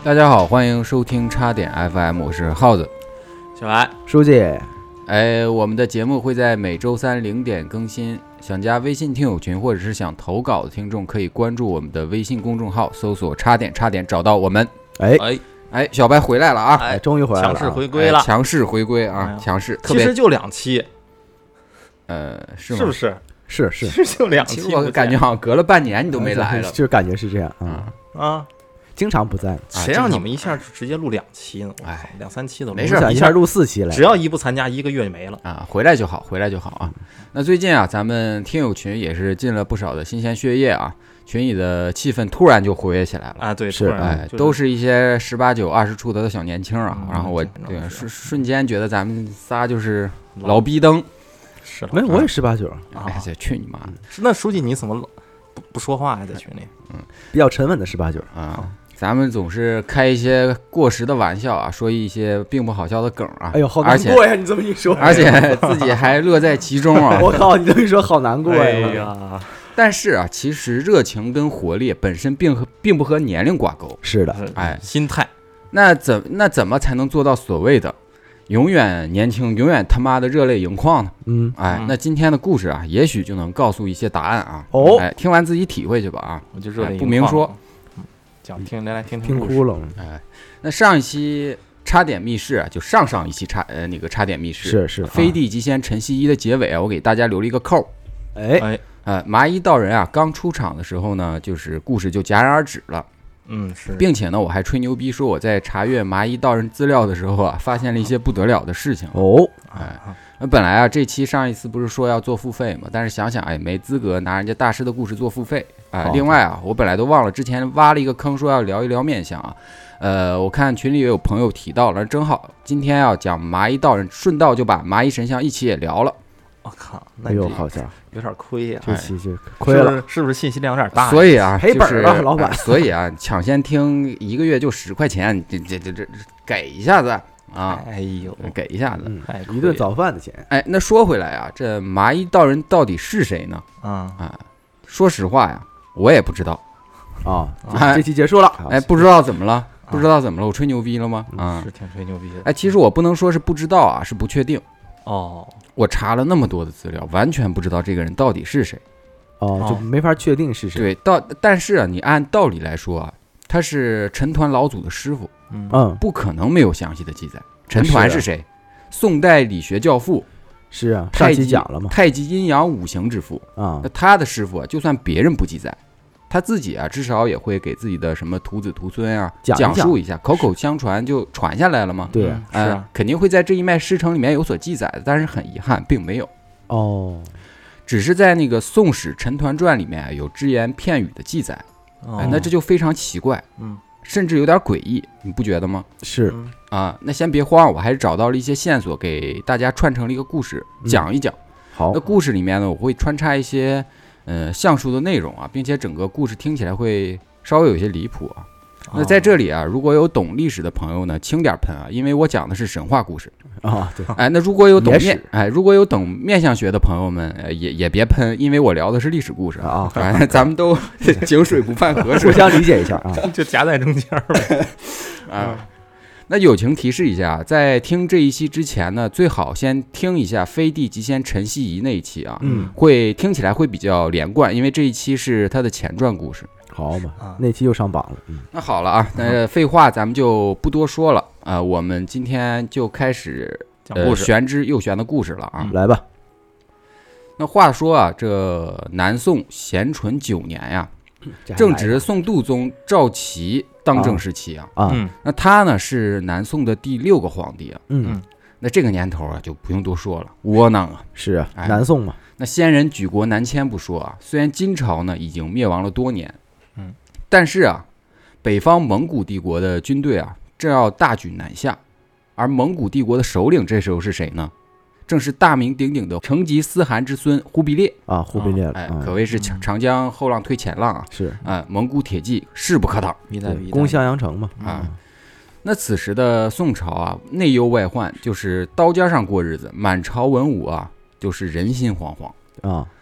大家好，欢迎收听插点 FM， 我是耗子， 小白， 书记。 我们的节目会在每周三0点更新，想加微信听友群或者是想投稿的听众可以关注我们的微信公众号，搜索插点找到我们。小白回来了啊！ 终于回来了， 强势回归了， 强势回归啊！强势， 其实就2期， 是吗？ 是不是？ 是， 其实就2期。 其实我感觉好像隔了半年你都没来了， 就感觉是这样啊， 经常不在。 谁让你们一下直接录2期呢？2、3期都没事， 一下录4期来， 只要一不参加1个月就没了啊！回来就好啊！那最近啊，咱们听友群也是进了不少的新鲜血液啊。群里的气氛突然就活跃起来了啊！对， 是都是一些18、9、20出头的小年轻啊。然后我瞬间觉得咱们仨就是老逼灯， 是没有，我也18、9 啊！去你妈的！ 那书记你怎么不说话呀？在群里， 比较沉稳的18、9 啊。咱们总是开一些过时的玩笑啊，说一些并不好笑的梗啊。 哎呦，好难过呀！你这么一说， 而且自己还乐在其中啊！ 我靠，你这么一说，好难过呀！ 但是啊，其实热情跟活力本身并不和年龄挂钩。 是的， 心态。 那怎么才能做到所谓的永远年轻、永远他妈的热泪盈眶呢？那今天的故事啊，也许就能告诉一些答案啊。听完自己体会去吧啊！ 我就热泪盈眶， 不明说。 来听窟窿。 那上一期插点密室啊，就上一期插点密室是飞地极仙陈希一的结尾啊，我给大家留了一个扣。麻衣道人啊，刚出场的时候呢，就是故事就戛然而止了。 是， 并且呢，我还吹牛逼说我在查阅麻衣道人资料的时候啊，发现了一些不得了的事情。本来啊，这期上一次不是说要做付费嘛，但是想想没资格拿人家大师的故事做付费另外啊，我本来都忘了之前挖了一个坑，说要聊一聊面相啊。我看群里也有朋友提到了，正好今天要讲麻衣道人，顺道就把麻衣神像一起也聊了。 我靠， 哎呦，好家伙， 有点亏呀！ 这期就亏了， 是不是信息量有点大？ 所以啊， 赔本了，老板。 所以啊，抢先听1个月就10块钱，这给一下子啊！ 哎呦， 给一下子， 一顿早饭的钱。 那说回来啊，这麻衣道人到底是谁呢？说实话呀，我也不知道这期结束了， 不知道怎么了？不知道怎么了？我吹牛逼了吗？ 是挺吹牛逼的。 其实我不能说是不知道啊，是不确定。我查了那么多的资料，完全不知道这个人到底是谁。 就没法确定是谁。 对，但是啊，你按道理来说啊，他是陈抟老祖的师傅，不可能没有详细的记载。陈抟是谁？宋代理学教父。 是啊，上期讲了嘛， 太极阴阳5行之父那他的师傅啊，就算别人不记载，他自己啊，至少也会给自己的什么徒子徒孙啊讲述一下，口口相传就传下来了嘛。 对， 是肯定会在这一脉师承里面有所记载的，但是很遗憾，并没有。只是在那个《宋史陈抟传》里面有只言片语的记载，那这就非常奇怪，甚至有点诡异，你不觉得吗？ 是那先别慌，我还是找到了一些线索，给大家串成了一个故事，讲一讲。 好， 那故事里面呢，我会穿插一些橡树的内容啊，并且整个故事听起来会稍微有些离谱啊。那在这里啊，如果有懂历史的朋友呢，轻点喷啊，因为我讲的是神话故事对。 那如果有懂面相学的朋友们，也别喷，因为我聊的是历史故事咱们都井水不犯河水， 互相理解一下就夹在中间呗。 那友情提示一下，在听这一期之前呢，最好先听一下飞地极仙陈希夷那一期啊，会听起来会比较连贯，因为这一期是他的前传故事。 好嘛，那期又上榜了。 那好了啊，那废话咱们就不多说了我们今天就开始讲故事， 玄之又玄的故事了啊。 来吧。 那话说啊，这南宋咸淳9年呀，正值宋度宗赵齐当政时期那他呢是南宋的第6个皇帝那这个年头啊就不用多说了，窝囊啊。 是啊，南宋嘛。 那先人举国南迁不说啊，虽然金朝呢已经灭亡了多年，但是啊，北方蒙古帝国的军队啊正要大举南下，而蒙古帝国的首领这时候是谁呢？正是大名鼎鼎的成吉思汗之孙忽必烈忽必烈可谓是长江后浪推前浪啊， 是蒙古铁骑势不可挡， 攻襄阳城嘛那此时的宋朝啊，内忧外患，就是刀尖上过日子，满朝文武啊，就是人心惶惶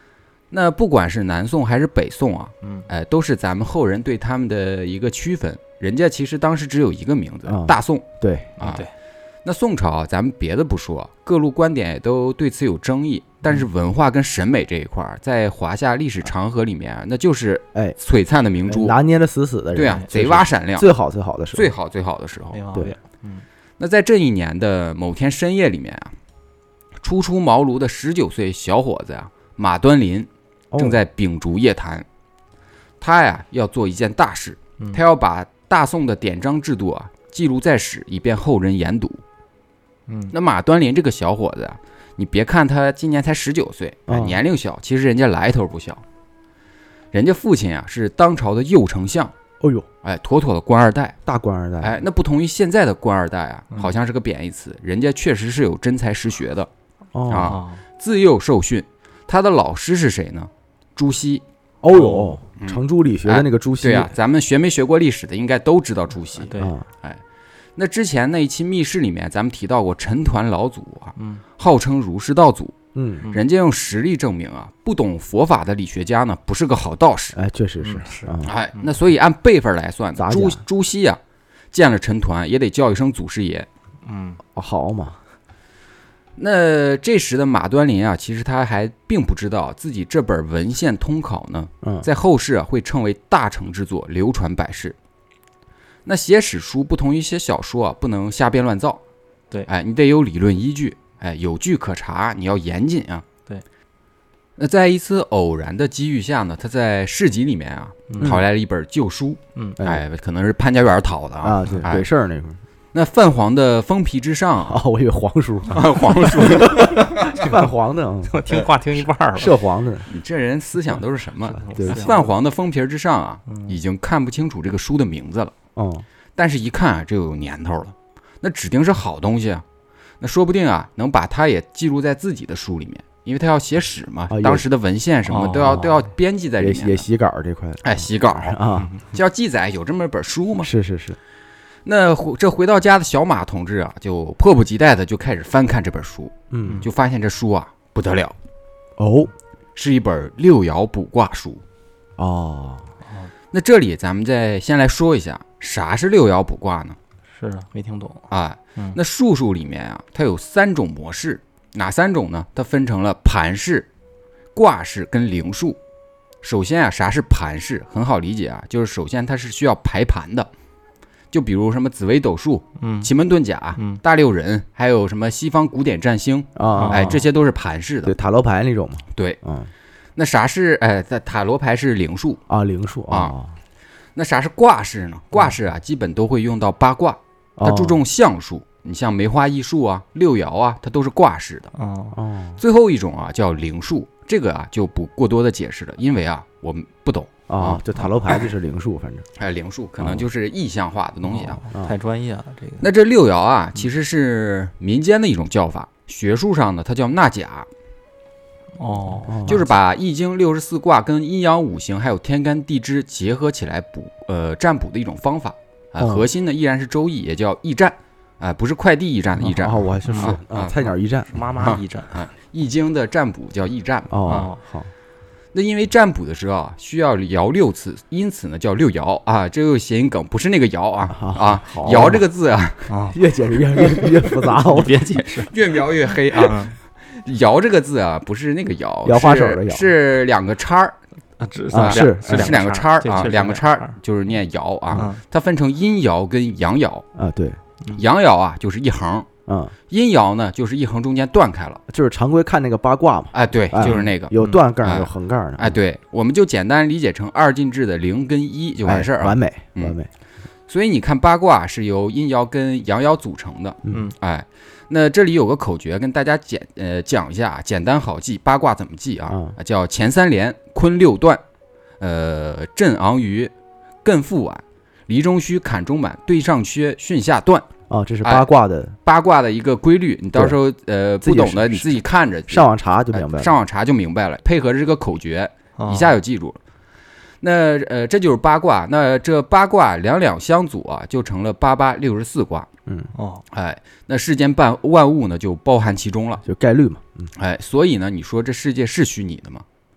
那不管是南宋还是北宋啊，都是咱们后人对他们的一个区分。人家其实当时只有一个名字，大宋。 对啊，对。那宋朝咱们别的不说，各路观点也都对此有争议。但是文化跟审美这一块，在华夏历史长河里面，那就是璀璨的明珠， 拿捏的死死的。 对啊，贼娃闪亮， 最好的时候， 最好的时候。 对， 那在这一年的某天深夜里面啊，初出茅庐的19岁小伙子呀，马端林正在秉烛夜谈。他呀要做一件大事，他要把大宋的典章制度啊记录在史，以便后人研读。那马端林这个小伙子啊，你别看他今年才19岁，年龄小，其实人家来头不小。人家父亲啊是当朝的右丞相，妥妥的官二代， 大官二代。 那不同于现在的官二代啊，好像是个贬义词，人家确实是有真才实学的自幼受训。他的老师是谁呢？朱熹。 程朱理学的那个朱熹。 对啊，咱们学没学过历史的应该都知道朱熹。 对， 那之前那一期密室里面，咱们提到过陈抟老祖啊，号称儒释道祖。人家用实力证明啊，不懂佛法的理学家呢，不是个好道士。 确实是。 那所以按辈分来算，朱熹啊，见了陈抟也得叫一声祖师爷。 好嘛。 那这时的马端林啊，其实他还并不知道自己这本文献通考呢，在后世啊会称为大成之作，流传百世。那写史书不同于写小说啊，不能瞎编乱造。 对， 你得有理论依据，有据可查，你要严谨啊。 对。 那在一次偶然的机遇下呢，他在市集里面啊讨来了一本旧书，可能是潘家园讨的啊， 对，鬼事儿那会儿。 那泛黄的封皮之上我以为黄书黄书泛黄的听话听一半了， 涉黄的。 你这人思想都是什么？泛黄的封皮之上啊，已经看不清楚这个书的名字了。但是一看啊，这有年头了，那指定是好东西啊。那说不定啊，能把它也记录在自己的书里面，因为他要写史嘛，当时的文献什么都要编辑在里面。 也洗稿这块， 洗稿啊，就要记载有这么一本书嘛。 是。 那这回到家的小马同志啊，就迫不及待的就开始翻看这本书，就发现这书啊不得了，是一本六爻卜卦书。那这里咱们再先来说一下，啥是六爻卜卦呢？ 是啊，没听懂那术数里面啊，它有3种模式，哪3种呢？它分成了盘式、卦式跟灵数。首先啊，啥是盘式？很好理解啊，就是首先它是需要排盘的。就比如什么紫微斗数、奇门遁甲、大六壬，还有什么西方古典占星这些都是盘式的。 对，塔罗牌那种嘛。 对，那啥是塔罗牌是灵数灵数那啥是卦式呢？卦式啊，基本都会用到八卦，它注重象数。你像梅花易数啊、六爻啊，它都是卦式的。最后一种啊叫灵数，这个啊就不过多的解释了，因为啊我们不懂。 就塔罗牌就是灵数，反正灵数可能就是意象化的东西啊， 太专业了这个。 那这六爻啊，其实是民间的一种叫法，学术上呢它叫纳甲。就是把易经64卦跟阴阳五行还有天干地支结合起来占卜的一种方法核心呢依然是周易，也叫驿站不是快递驿站的驿站我还是菜鸟驿站， 妈妈驿站易经的占卜叫驿站好。 那因为占卜的时候啊，需要爻6次，因此呢叫六爻啊。这个谐音梗不是那个爻爻这个字越解释越复杂， 你别解释， 越描越黑啊。爻这个字啊，不是那个摇花手的摇， 是2个叉是 2个叉2个叉就是念爻它分成阴爻跟阳爻对， 阳爻啊就是一横。阴爻呢，就是一横中间断开了， 就是常规看那个八卦嘛。 对，就是那个有断杠有横杠的。 对，我们就简单理解成2进制的0跟1就完事儿完美。 所以你看八卦是由阴爻跟阳爻组成的。那这里有个口诀跟大家讲一下，简单好记，八卦怎么记叫前3连，坤6断，震昂于，艮复晚，离中虚，坎中满，兑上缺，巽下断。 这是八卦的一个规律，你到时候不懂的你自己看着上网查就明白了， 配合着这个口诀一下就记住了。那这就是八卦，那这八卦两相组啊，就成了8864卦。那世间万物呢就包含其中了， 就概率嘛。 所以呢，你说这世界是虚拟的吗？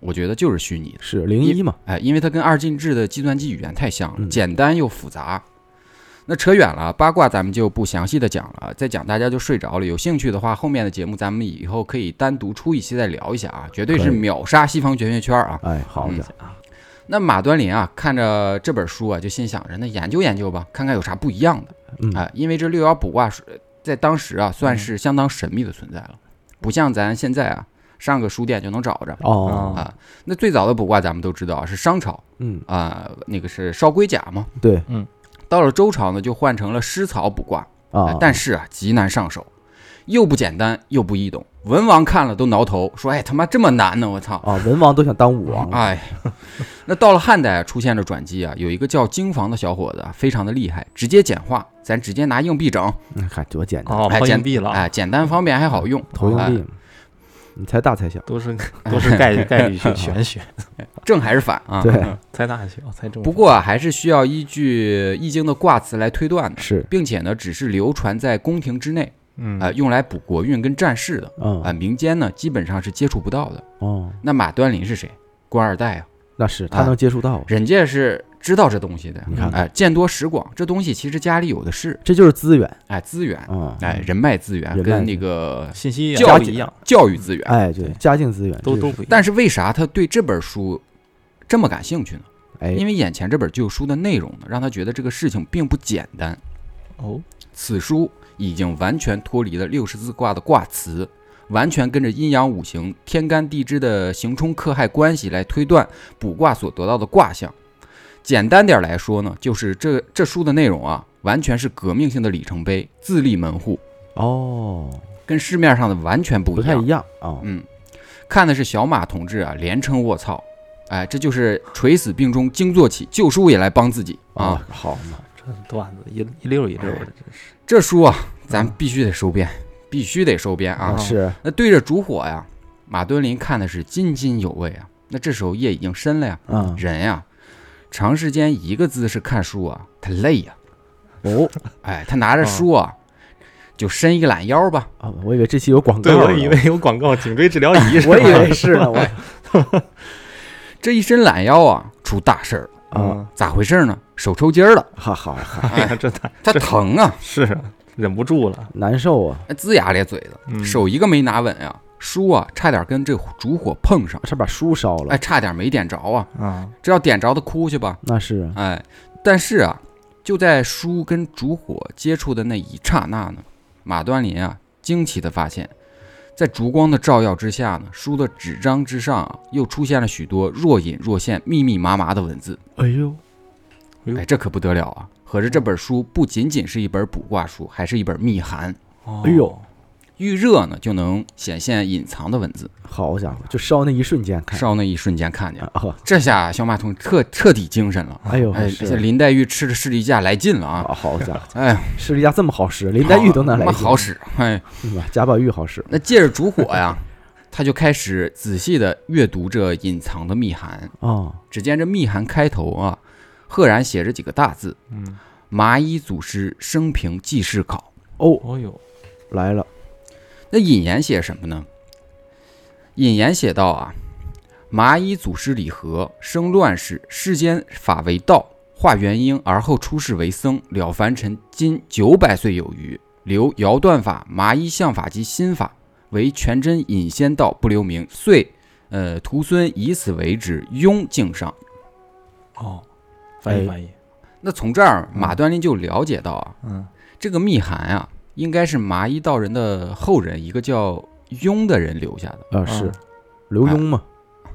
我觉得就是虚拟的， 是01嘛？ 因为它跟二进制的计算机语言太像了，简单又复杂。那扯远了，八卦咱们就不详细的讲了，再讲大家就睡着了。有兴趣的话，后面的节目咱们以后可以单独出一期再聊一下啊，绝对是秒杀西方玄学圈啊！ 好的。 那马端林啊，看着这本书啊，就心想着那研究研究吧，看看有啥不一样的。因为这6爻卜卦在当时啊，算是相当神秘的存在了，不像咱现在啊，上个书店就能找着。那最早的卜卦咱们都知道是商朝，那个是烧龟甲嘛。 对， 到了周朝呢，就换成了湿草卜卦但是啊，极难上手，又不简单又不易懂，文王看了都挠头，说：“他妈这么难呢！我操！” 文王都想当武王。 那到了汉代出现了转机啊，有一个叫经房的小伙子非常的厉害，直接简化，咱直接拿硬币整， 看多简单抛硬币了， 简单方便还好用， 投硬币。你猜大猜小， 都是概率玄学， 正还是反啊？ 对， 猜大小，猜正。 不过还是需要依据易经的卦辞来推断的， 是， 并且呢，只是流传在宫廷之内，用来卜国运跟战事的，民间呢基本上是接触不到的。那马端林是谁？官二代啊， 那是他能接触到， 人家是知道这东西的。 你看， 见多识广，这东西其实家里有的是， 这就是资源， 资源，人脉资源跟那个信息教育一样，教育资源， 对，家境资源都不一样。 但是为啥他对这本书这么感兴趣呢？因为眼前这本旧书的内容呢，让他觉得这个事情并不简单。此书已经完全脱离了64卦的卦辞，完全跟着阴阳五行、天干地支的刑冲克害关系来推断卜卦所得到的卦象。简单点来说呢，就是这书的内容啊，完全是革命性的里程碑，自立门户。跟市面上的完全不太一样看的是小马同志啊，连称卧槽，这就是垂死病中惊坐起，旧书也来帮自己啊。 好嘛， 这段子一溜的，真是。 这书啊，咱必须得收编，必须得收编啊！ 是。 那对着烛火呀，马敦林看的是津津有味啊。那这时候夜已经深了呀，人呀，长时间一个姿势看书啊，他累呀。他拿着书啊，就伸一个懒腰吧。 我以为这期有广告， 对，我以为有广告，颈椎治疗仪是吧？ 我以为是呢， 这一伸懒腰啊，出大事儿咋回事呢？手抽筋了，他疼啊， 是忍不住了， 难受啊， 龇牙咧嘴的，手一个没拿稳啊，书啊差点跟这烛火碰上， 是把书烧了， 差点没点着啊，这要点着的哭去吧？ 那是但是啊，就在书跟烛火接触的那一刹那呢，马端林啊惊奇的发现，在烛光的照耀之下呢，书的纸张之上啊，又出现了许多若隐若现、密密麻麻的文字。这可不得了啊！合着这本书不仅仅是一本卜卦书，还是一本密函。遇热呢就能显现隐藏的文字。 好家伙，就烧那一瞬间看见这下小马童彻底精神了。这林黛玉吃的士力架来劲了啊！ 好家伙，士力架这么好使，林黛玉都能来劲， 好使。 贾宝玉好使。 那借着烛火呀，他就开始仔细的阅读这隐藏的密函。只见这密函开头啊，赫然写着几个大字：麻衣祖师生平记事考。 来了。 那引言写什么呢？引言写道啊，麻衣祖师李和生乱世，世间法为道，化元婴而后出世为僧，了凡尘，今900岁有余，留爻断法、麻衣相法及心法，为全真隐仙道，不留名，遂徒孙以此为之，庸敬上。 翻译。 那从这儿马端林就了解到啊，这个密函啊，应该是麻衣道人的后人一个叫庸的人留下的。 是刘墉嘛？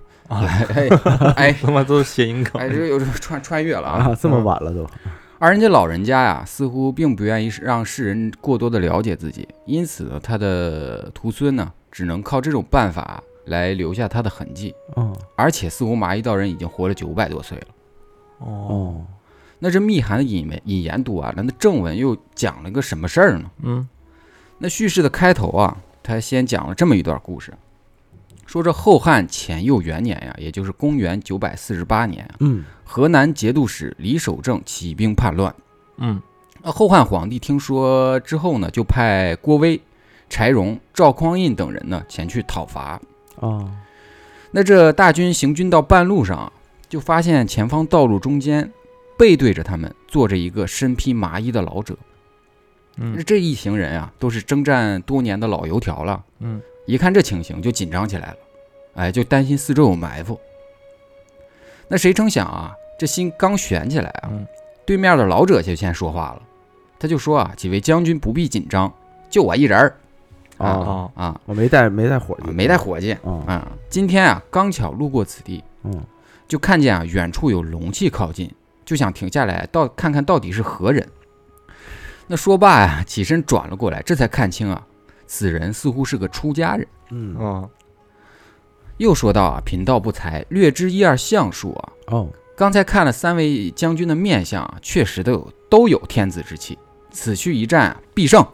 他妈都是谐音梗。 这有穿越了啊！ 这么晚了都。 而人家老人家呀，似乎并不愿意让世人过多的了解自己，因此呢，他的徒孙呢，只能靠这种办法来留下他的痕迹。而且似乎麻衣道人已经活了900多岁了。那这密函的引言读完了，那正文又讲了个什么事儿呢？那叙事的开头啊，他先讲了这么一段故事，说这后汉乾佑元年呀，也就是公元948年河南节度使李守正起兵叛乱。那后汉皇帝听说之后呢，就派郭威、柴荣、赵匡胤等人呢前去讨伐。那那这大军行军到半路上，就发现前方道路中间背对着他们坐着一个身披麻衣的老者。这一行人啊，都是征战多年的老油条了。一看这情形就紧张起来了，哎，就担心四周有埋伏。那谁成想啊，这心刚悬起来啊，对面的老者就先说话了，他就说啊，几位将军不必紧张，就我一人儿。 我没带伙计， 没带伙计啊。今天啊，刚巧路过此地，就看见啊，远处有龙气靠近，就想停下来看看到底是何人。那说罢呀，起身转了过来，这才看清啊，此人似乎是个出家人。又说道啊，贫道不才，略知一二相术啊。刚才看了3位将军的面相啊，确实都有天子之气，此去一战啊，必胜。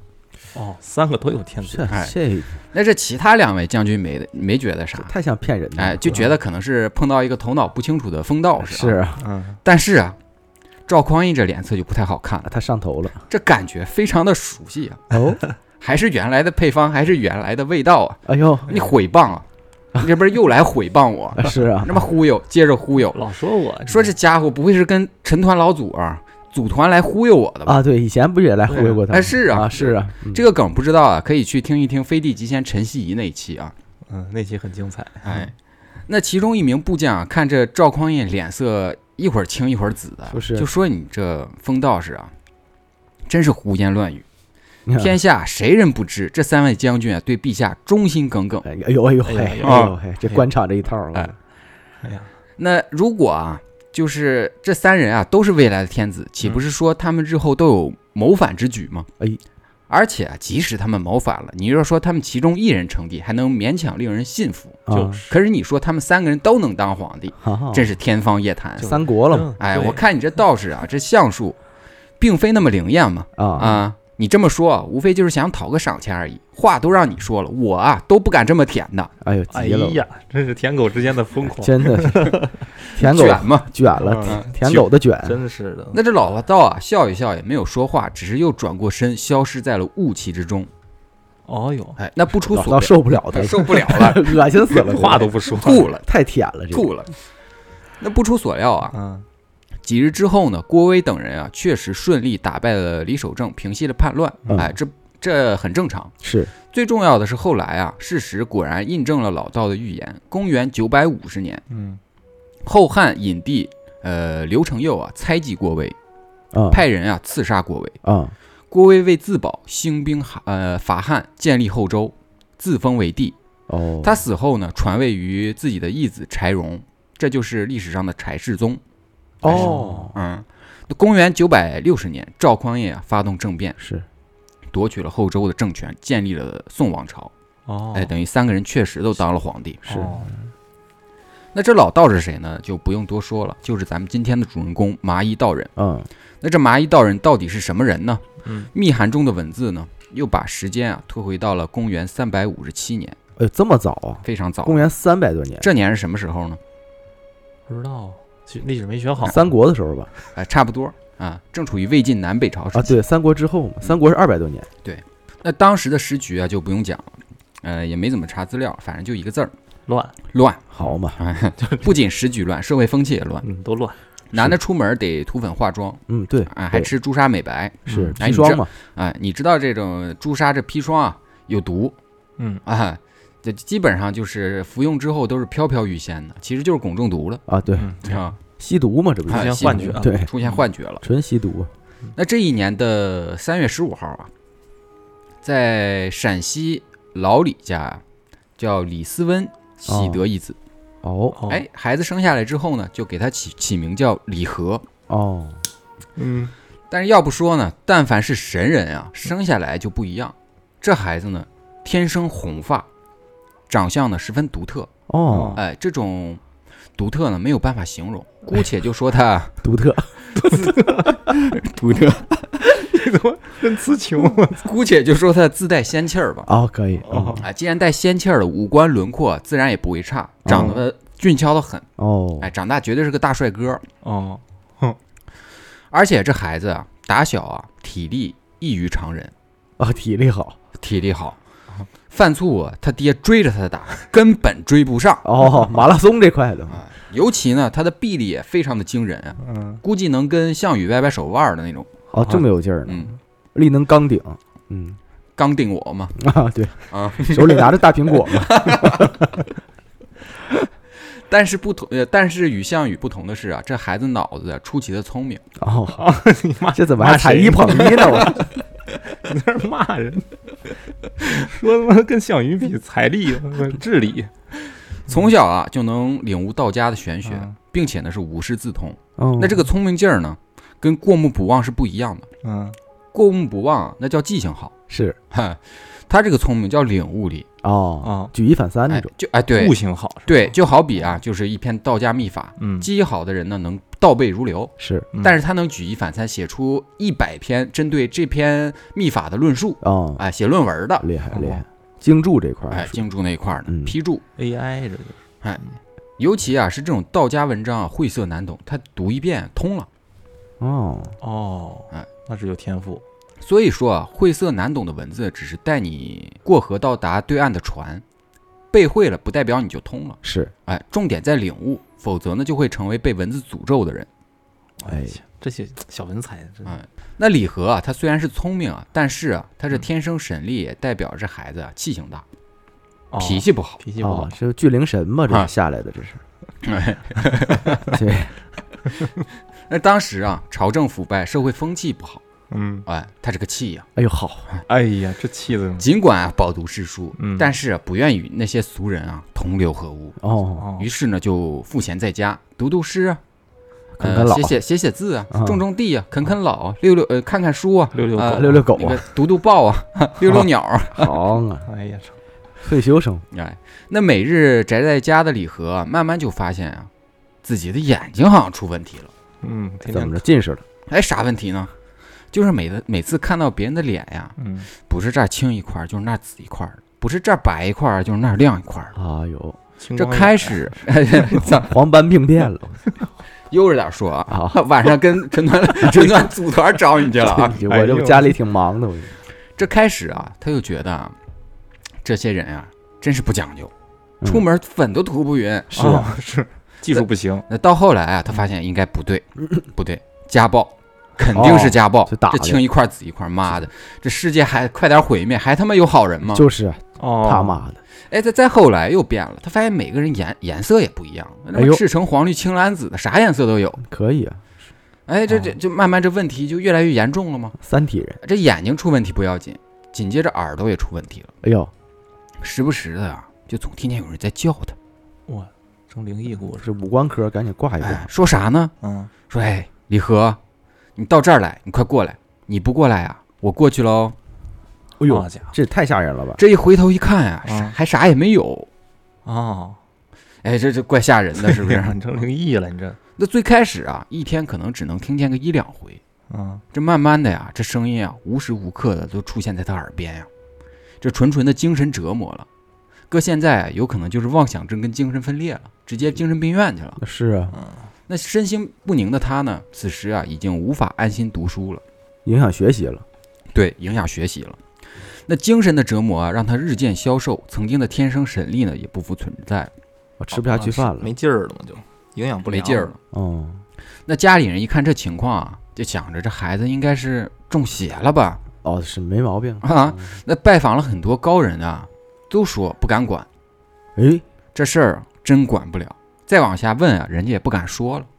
3个都有天子。 那这其他2位将军没觉得啥， 太像骗人的， 哎，就觉得可能是碰到一个头脑不清楚的疯道士。 是啊， 但是啊，赵匡胤这脸色就不太好看了， 他上头了， 这感觉非常的熟悉啊。还是原来的配方，还是原来的味道啊。 哎呦， 你诽谤啊！你这不是又来诽谤我？ 是啊， 那么忽悠，接着忽悠， 老说我说这家伙不会是跟陈团老祖啊组团来忽悠我的吧？ 对，以前不也来忽悠过他？ 哎，是啊， 是啊， 这个梗不知道啊，可以去听一听飞地极仙陈希夷那一期啊。 那期很精彩。 哎，那其中一名部将啊，看着赵匡胤脸色一会儿青一会儿紫的，就说你这疯道士啊，真是胡言乱语。天下谁人不知这3位将军啊对陛下忠心耿耿。 哎呦嘿，这官场这一套了。 那如果啊，就是这3人啊都是未来的天子，岂不是说他们日后都有谋反之举吗？而且啊，即使他们谋反了，你要说他们其中1人称帝，还能勉强令人信服。可是你说他们3个人都能当皇帝，真是天方夜谭。 三国了嘛？ 哎，我看你这道士啊，这相术并非那么灵验嘛。你这么说，无非就是想讨个赏钱而已。话都让你说了，我啊都不敢这么舔的。 哎呦，急了！ 哎呀，真是舔狗之间的疯狂， 真的是舔狗卷嘛， 卷了，舔狗的卷， 真是的。 那这老道啊，笑一笑也没有说话，只是又转过身，消失在了雾气之中。哎，那不出所料， 受不了了，恶心死了， 话都不说， 吐了， 太舔了， 吐了。那不出所料啊，几日之后呢，郭威等人啊，确实顺利打败了李守正，平息了叛乱。哎，这很正常。 是最重要的是后来啊，事实果然印证了老道的预言。公元950年，后汉隐帝刘承佑啊，猜忌郭威，派人啊刺杀郭威。郭威为自保，兴兵伐汉，建立后周，自封为帝。他死后呢，传位于自己的义子柴荣，这就是历史上的柴世宗。公元960年，赵匡胤啊发动政变， 是夺取了后周的政权，建立了宋王朝。哎，等于3个人确实都当了皇帝。 是。 那这老道是谁呢？就不用多说了，就是咱们今天的主人公麻衣道人。那这麻衣道人到底是什么人呢？密函中的文字呢，又把时间啊推回到了公元357年。 这么早啊？ 非常早， 公元300多年。 这年是什么时候呢？ 不知道，历史没学好。 三国的时候吧？ 哎，差不多啊，正处于魏晋南北朝时期。 对，三国之后嘛，三国是200多年。 对，那当时的时局啊就不用讲了，也没怎么查资料，反正就一个字儿：乱。 好嘛， 不仅时局乱，社会风气也乱， 都乱。 男的出门得涂粉化妆， 对， 还吃朱砂美白， 是砒霜嘛？ 你知道这种朱砂这砒霜啊有毒，这基本上就是服用之后都是飘飘欲仙的，其实就是汞中毒了啊！ 对吸毒嘛，这不出现幻觉？ 对， 出现幻觉了， 纯吸毒。 那这一年的3月15号啊，在陕西老李家叫李思温喜得一子。哎，孩子生下来之后呢，就给他起名叫李和。但是要不说呢，但凡是神人啊，生下来就不一样。这孩子呢，天生红发，长相呢十分独特。哎，这种独特呢没有办法形容，姑且就说他独特。 你怎么真词穷？ 姑且就说他自带仙气儿吧。 可以。 既然带仙气儿的，五官轮廓自然也不会差，长得俊俏的很。 哎， 长大绝对是个大帅哥。而且这孩子啊，打小啊体力异于常人。 体力好， 犯醋啊，他爹追着他打，根本追不上。 马拉松这块的尤其呢，他的臂力也非常的惊人啊，估计能跟项羽掰掰手腕的那种。 这么有劲儿呢，力能刚顶， 刚顶我嘛对手里拿着大苹果嘛。 但是与项羽不同的是啊，这孩子脑子出奇的聪明。 你妈，这怎么还踩一捧一呢？我你在这骂人，说他妈跟项羽比财力、智力， 从小啊就能领悟道家的玄学，并且呢是无师自通。那这个聪明劲儿呢，跟过目不忘是不一样的。过目不忘那叫记性好， 是， 他这个聪明叫领悟力。 举一反三那种， 对， 悟性好， 对，就好比啊，就是一篇道家秘法，记忆好的人呢能倒背如流， 是， 但是他能举一反三，写出100篇针对这篇秘法的论述，写论文的， 厉害厉害，经注这块， 经注那一块呢，批注 AI 这个， 尤其啊是这种道家文章啊，晦涩难懂，他读一遍通了， 那是有天赋。 所以说啊，晦涩难懂的文字只是带你过河到达对岸的船，背会了不代表你就通了。 是， 重点在领悟，否则呢就会成为被文字诅咒的人。 这些小文才， 那李和啊，他虽然是聪明啊，但是啊，他是天生神力，也代表这孩子啊气性大，脾气不好， 是巨灵神嘛？这下来的这是。对。 那当时啊，朝政腐败，社会风气不好。他这个气呀， 好， 这气的， 尽管啊饱读诗书，但是不愿与那些俗人啊同流合污。于是呢就赋闲在家，读诗啊，写字啊，种地啊，啃老，看看书啊， 遛狗啊， 读报啊，遛鸟啊。 好啊，退休生。 那每日宅在家的李和，慢慢就发现啊，自己的眼睛好像出问题了。 怎么着近视了？ 啥问题呢？就是每次看到别人的脸呀，不是这儿青一块，就是那儿紫一块，不是这儿白一块，就是那儿亮一块。这开始黄斑病变了。 悠着点说啊，晚上跟陈团组团找你去了啊。 我这家里挺忙的。 这开始啊，他又觉得这些人啊，真是不讲究，出门粉都涂不匀。 是技术不行。 那到后来啊，他发现应该不对，家暴。肯定是家暴，这青一块紫一块，妈的，这世界还快点毁灭，还他妈有好人吗？ 就是他妈的！ 再后来又变了，他发现每个人颜色也不一样，赤橙黄绿青蓝紫的，啥颜色都有。 可以啊， 这慢慢这问题就越来越严重了吗？ 三体人， 这眼睛出问题不要紧，紧接着耳朵也出问题了。时不时的啊，就总听见有人在叫他。 哇，成灵异故事， 这五官科赶紧挂一挂。 说啥呢？说李和。你到这儿来，你快过来！你不过来啊，我过去喽。 这太吓人了吧！ 这一回头一看呀，还啥也没有。这怪吓人的，是不是？ 成灵异了，你这。 那最开始啊，一天可能只能听见个1-2回。这慢慢的呀，这声音啊，无时无刻的都出现在他耳边呀，这纯的精神折磨了。搁现在有可能就是妄想症跟精神分裂了，直接精神病院去了。 是啊。 那身心不宁的他呢，此时啊已经无法安心读书了， 影响学习了。 对，影响学习了。那精神的折磨啊，让他日渐消瘦，曾经的天生神力呢，也不复存在了。 吃不下去饭了， 没劲儿了嘛，就营养不良， 没劲儿了。那家里人一看这情况啊，就想着这孩子应该是中邪了吧？ 是没毛病啊。那拜访了很多高人啊，都说不敢管。这事儿真管不了。再往下问啊，人家也不敢说了。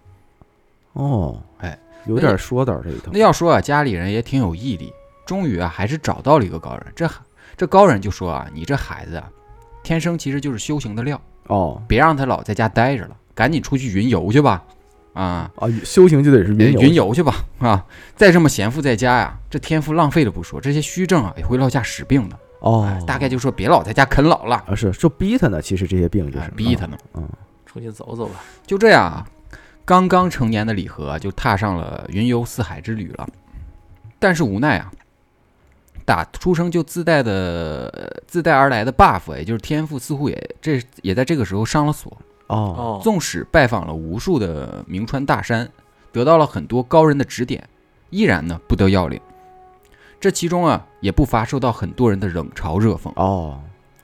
有点说道这一头。 那要说啊，家里人也挺有毅力，终于啊，还是找到了一个高人。这高人就说啊，你这孩子啊，天生其实就是修行的料。别让他老在家待着了，赶紧出去云游去吧。 修行就得是云游去吧。再这么闲赋在家呀，这天赋浪费了不说，这些虚症啊也会落下实病的。大概就说别老在家啃老了。 是就逼他呢，其实这些病就是逼他呢。 出去走走吧。 就这样啊，刚刚成年的李和就踏上了云游四海之旅了。但是无奈啊，打出生就自带而来的 buff， 也就是天赋，似乎也在这个时候上了锁。纵使拜访了无数的名川大山，得到了很多高人的指点，依然呢不得要领。这其中啊，也不乏受到很多人的冷嘲热讽。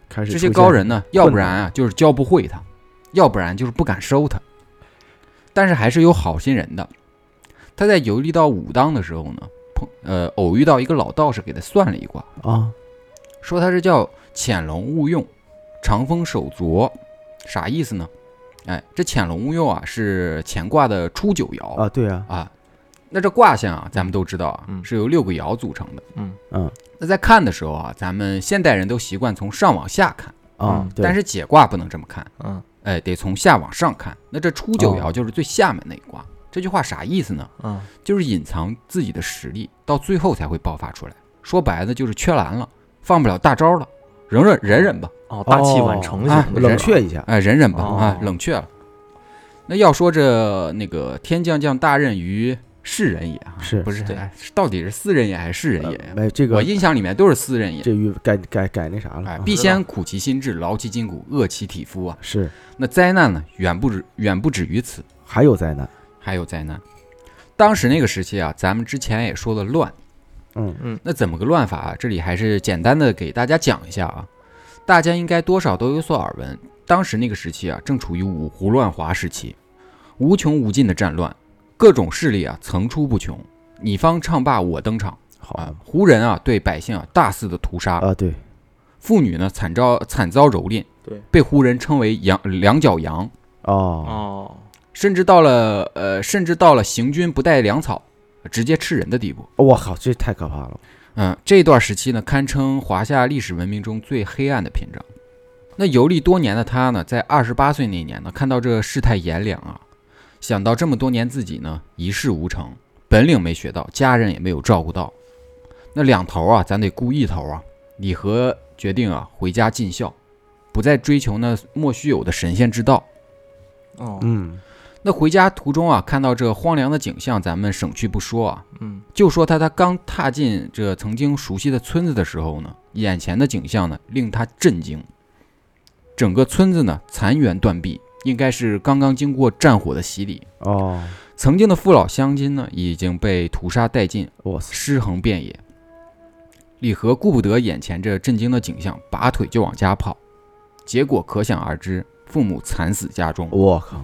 开始这些高人呢，要不然啊就是教不会他，要不然就是不敢收他。但是还是有好心人的。他在游历到武当的时候呢，偶遇到一个老道士，给他算了一卦啊， 说他是叫潜龙勿用，长风手镯，啥意思呢？哎，这潜龙勿用啊，是乾卦的初九爻啊，对啊， 啊。那这卦象啊，咱们都知道啊，是由6个爻组成的。那在看的时候啊，咱们现代人都习惯从上往下看啊， 但是解卦不能这么看，得从下往上看。那这初九爻就是最下面那一卦。这句话啥意思呢？就是隐藏自己的实力，到最后才会爆发出来。说白了就是缺蓝了，放不了大招了，忍吧。 大器晚成型， 冷却一下， 忍吧，冷却了。那要说那个天将降大任于是人也啊， 是不是？到底是斯人也还是是人也呀？ 这个我印象里面都是斯人也。 这语改那啥了。 必先苦其心志，劳其筋骨，饿其体肤啊。 是。 那灾难呢，远不止于此， 还有灾难。 当时那个时期啊，咱们之前也说了乱。那怎么个乱法啊？这里还是简单的给大家讲一下啊。大家应该多少都有所耳闻。当时那个时期啊，正处于五胡乱华时期，无穷无尽的战乱，各种势力啊层出不穷，你方唱罢我登场。胡人啊对百姓啊大肆的屠杀啊，对， 妇女呢惨遭蹂躏， 对， 被胡人称为两脚羊。甚至到了行军不带粮草，直接吃人的地步。 我靠，这太可怕了。 这段时期呢，堪称华夏历史文明中最黑暗的篇章。那游历多年的他呢，在28岁那年呢，看到这世态炎凉啊，想到这么多年自己呢一事无成，本领没学到，家人也没有照顾到，那两头啊，咱得顾一头啊。李和决定啊，回家尽孝，不再追求那莫须有的神仙之道。那回家途中啊，看到这荒凉的景象，咱们省去不说啊，就说他刚踏进这曾经熟悉的村子的时候呢，眼前的景象呢令他震惊。整个村子呢残垣断壁，应该是刚刚经过战火的洗礼。曾经的父老乡亲呢已经被屠杀殆尽，尸横遍野。李和顾不得眼前这震惊的景象，拔腿就往家跑，结果可想而知，父母惨死家中。 我靠！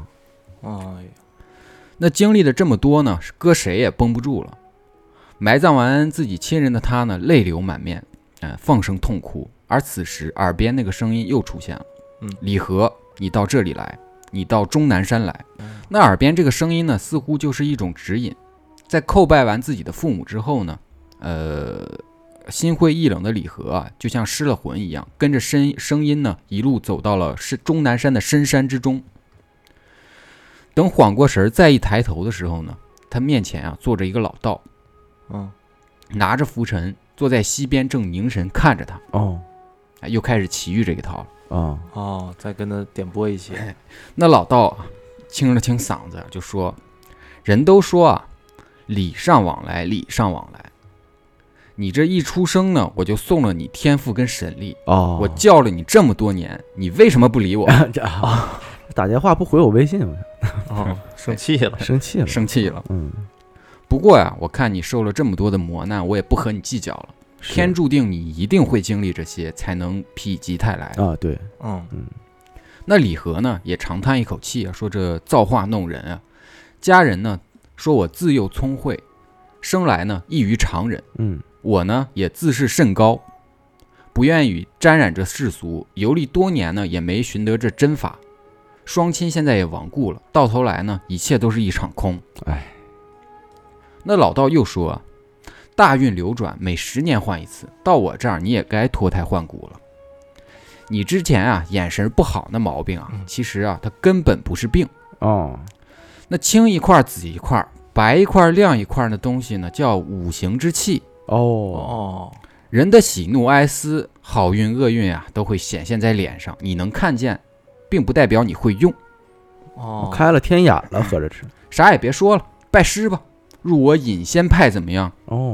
那经历了这么多呢，搁谁也绷不住了。埋葬完自己亲人的他呢，泪流满面，放声痛哭。而此时耳边那个声音又出现了，李和，你到这里来，你到终南山来。那耳边这个声音呢，似乎就是一种指引。在叩拜完自己的父母之后呢，心灰意冷的李和啊，就像失了魂一样，跟着声音呢，一路走到了终南山的深山之中。等缓过神，再一抬头的时候呢，他面前啊坐着一个老道，拿着拂尘，坐在溪边，正凝神看着他。又开始奇遇这一套了。再跟他点拨一些。 那老道啊，清了清嗓子，就说：“人都说啊，礼尚往来，礼尚往来。你这一出生呢，我就送了你天赋跟神力。我叫了你这么多年，你为什么不理我？” 打电话不回我微信， 生气了。 不过呀，我看你受了这么多的磨难，我也不和你计较了。天注定你一定会经历这些，才能否极泰来啊！对， 那李和呢，也长叹一口气啊，说这造化弄人啊。家人呢，说我自幼聪慧，生来呢异于常人。我呢也自视甚高，不愿意沾染这世俗，游历多年呢，也没寻得这真法。双亲现在也亡故了，到头来呢，一切都是一场空。那老道又说啊，大运流转，每10年换一次，到我这儿你也该脱胎换骨了。你之前啊眼神不好那毛病啊，其实啊它根本不是病。那青一块紫一块，白一块亮一块的东西呢，叫五行之气。人的喜怒哀思、好运恶运啊，都会显现在脸上，你能看见，并不代表你会用。 开了天眼了，合着是。 啥也别说了，拜师吧，入我隐仙派怎么样？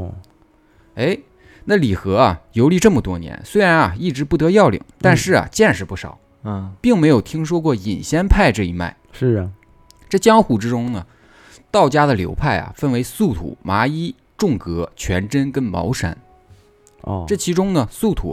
那李和啊，游历这么多年，虽然啊一直不得要领，但是啊见识不少，并没有听说过隐仙派这一脉。 是啊， 这江湖之中呢，道家的流派啊，分为素土、麻衣、重阁、全真跟茅山。这其中呢，素土啊，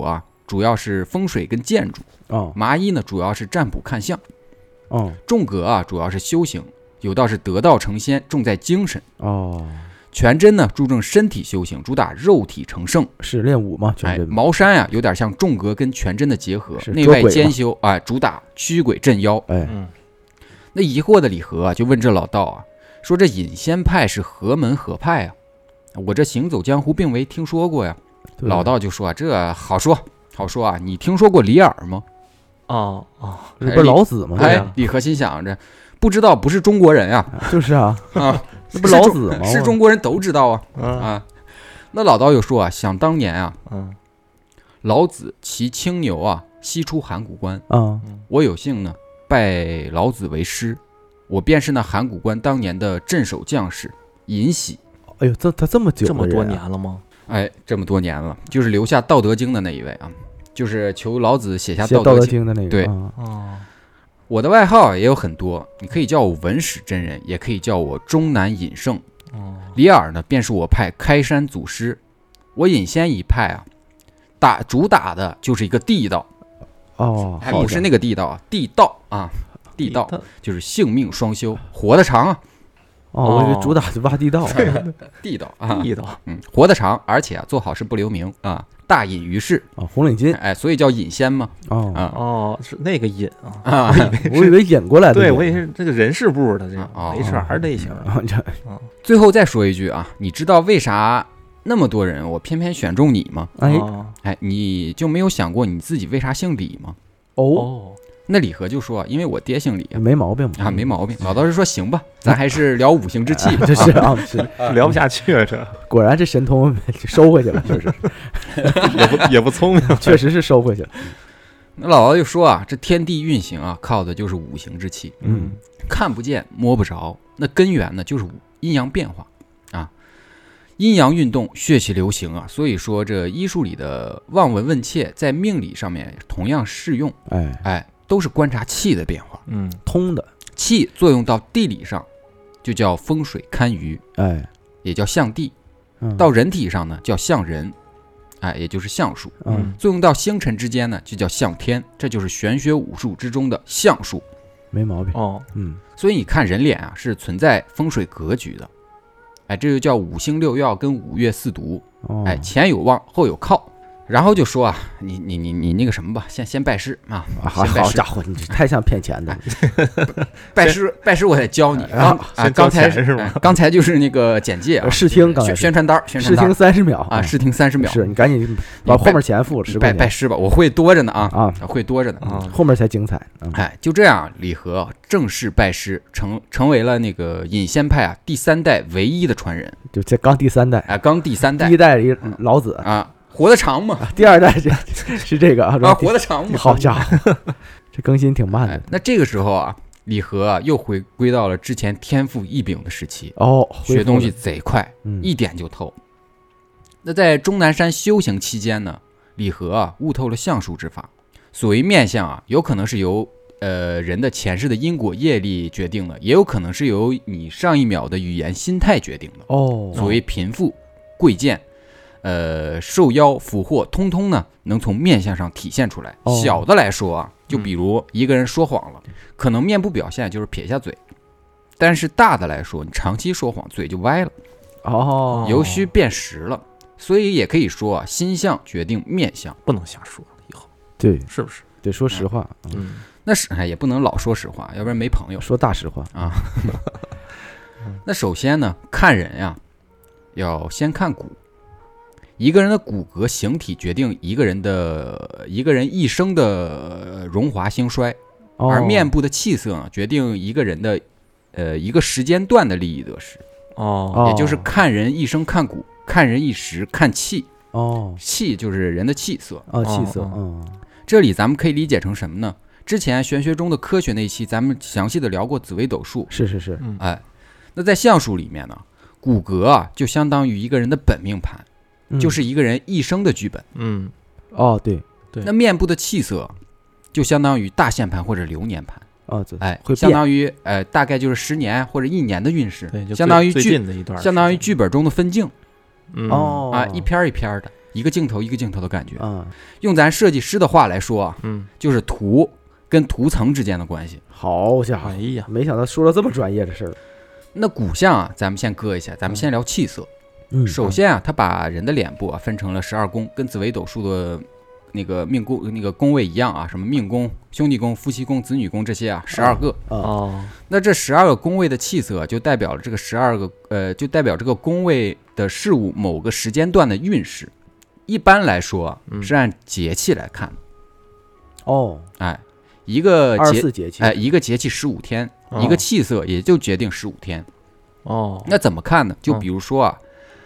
主要是风水跟建筑；麻衣呢，主要是占卜看相；重格啊，主要是修行，有道是得道成仙，重在精神；全真呢，注重身体修行，主打肉体成圣， 是练武吗？全真。 茅山啊，有点像重格跟全真的结合，内外兼修啊，主打驱鬼镇妖。那疑惑的李和啊，就问这老道啊，说这隐仙派是何门何派啊？我这行走江湖并没听说过呀。老道就说啊，这好说啊，你听说过李耳吗？ 这不是老子吗？ 李和心想着，不知道不是中国人啊。 就是啊，这不是老子吗？ 是中国人都知道啊。那老道又说啊，想当年啊，老子骑青牛啊，西出函谷关我有幸呢拜老子为师，我便是那函谷关当年的镇守将士尹喜。 哎呦，他这么久， 这么多年了吗？ 这么多年了，就是留下《道德经》的那一位啊，就是求老子写下 《道德经》的那个。 对，我的外号也有很多，你可以叫我文史真人，也可以叫我终南尹圣。李耳呢，便是我派开山祖师。我尹仙一派啊，主打的就是一个地道。不是那个地道啊，地道啊，地道就是性命双修，活得长啊。 我以为主打是挖地道。 地道啊， 地道， 活得长，而且啊，做好事不留名啊，大隐于世红领巾， 所以叫隐仙嘛。 是那个隐啊，我以为引过来的。 对，我以为是这个人事部的这个 HR 类型。 最后再说一句啊，你知道为啥那么多人我偏偏选中你吗？你就没有想过你自己为啥姓李吗？那李和就说，因为我爹姓李， 没毛病啊，没毛病。老道士说行吧，咱还是聊五行之气。 这是啊， 聊不下去了，这果然这神通收回去了，就是也不聪明， 确实是收回去了。 那老道就说啊，这天地运行啊，靠的就是五行之气，看不见摸不着，那根源呢就是阴阳变化啊，阴阳运动，血气流行啊，所以说这医术里的望闻问切，在命理上面同样适用。都是观察气的变化， 通的气作用到地理上，就叫风水堪舆，也叫象地；到人体上呢，叫象人，也就是象数；作用到星辰之间呢，就叫象天，这就是玄学武术之中的象数， 没毛病。 所以你看人脸啊，是存在风水格局的，这就叫五星六曜跟五岳四渎，前有望，后有靠。然后就说啊，你那个什么吧，先拜师啊！ 好家伙，你太像骗钱的。 拜师我得教你啊！刚才是吗？刚才就是那个简介啊， 试听宣传单， 试听30秒啊，试听30秒。 是你赶紧把后面钱付了，10块钱。 拜师吧，我会多着呢啊，会多着呢后面才精彩。 就这样，李和正式拜师，成为了那个隐仙派啊第3代唯一的传人。 就这刚第3代刚第3代， 第1代老子啊。活得长嘛， 第2代是这个啊， 活得长嘛。 好家伙，这更新挺慢的。 那这个时候啊，李和啊又回归到了之前天赋异禀的时期学东西贼快，一点就透。那在终南山修行期间呢，李和啊悟透了相术之法。所谓面相啊，有可能是由人的前世的因果业力决定的，也有可能是由你上一秒的语言心态决定的。所谓贫富贵贱。受邀俘获，通通呢能从面相上体现出来。小的来说啊，就比如一个人说谎了，可能面部表现就是撇下嘴；但是大的来说，你长期说谎，嘴就歪了，由虚变实了。所以也可以说啊，心相决定面相， 不能瞎说。以后对， 是不是得说实话？ 那是也不能老说实话，要不然没朋友。 说大实话啊。那首先呢，看人呀，要先看骨。一个人的骨骼形体决定一个人一生的荣华兴衰，而面部的气色呢，决定一个人的一个时间段的利益得失。也就是看人一生看骨，看人一时看气。气就是人的气色。 气色。 这里咱们可以理解成什么呢？之前玄学中的科学那一期，咱们详细的聊过紫微斗数。 是。 那在相术里面呢，骨骼啊就相当于一个人的本命盘。就是一个人一生的剧本。 对。 那面部的气色就相当于大限盘或者流年盘。 会相当于大概就是10年或者1年的运势， 对， 相当于最近的一段， 相当于剧本中的分镜。一篇一篇的。 一个镜头一个镜头的感觉啊。 用咱设计师的话来说啊， 嗯， 就是图跟图层之间的关系。 好家伙， 哎呀， 没想到说了这么专业的事儿。 那骨相啊，咱们先搁一下，咱们先聊气色。首先啊，他把人的脸部啊分成了12宫，跟紫微斗数的那个命宫那个宫位一样啊，什么命宫、兄弟宫、夫妻宫、子女宫这些啊，12个。 哦， 那这12个宫位的气色就代表了这个就代表这个宫位的事物某个时间段的运势。一般来说是按节气来看。 哦， 哎，一个 24节气， 哎，一个节气15天，一个气色也就决定15天。 哦， 那怎么看呢？就比如说啊，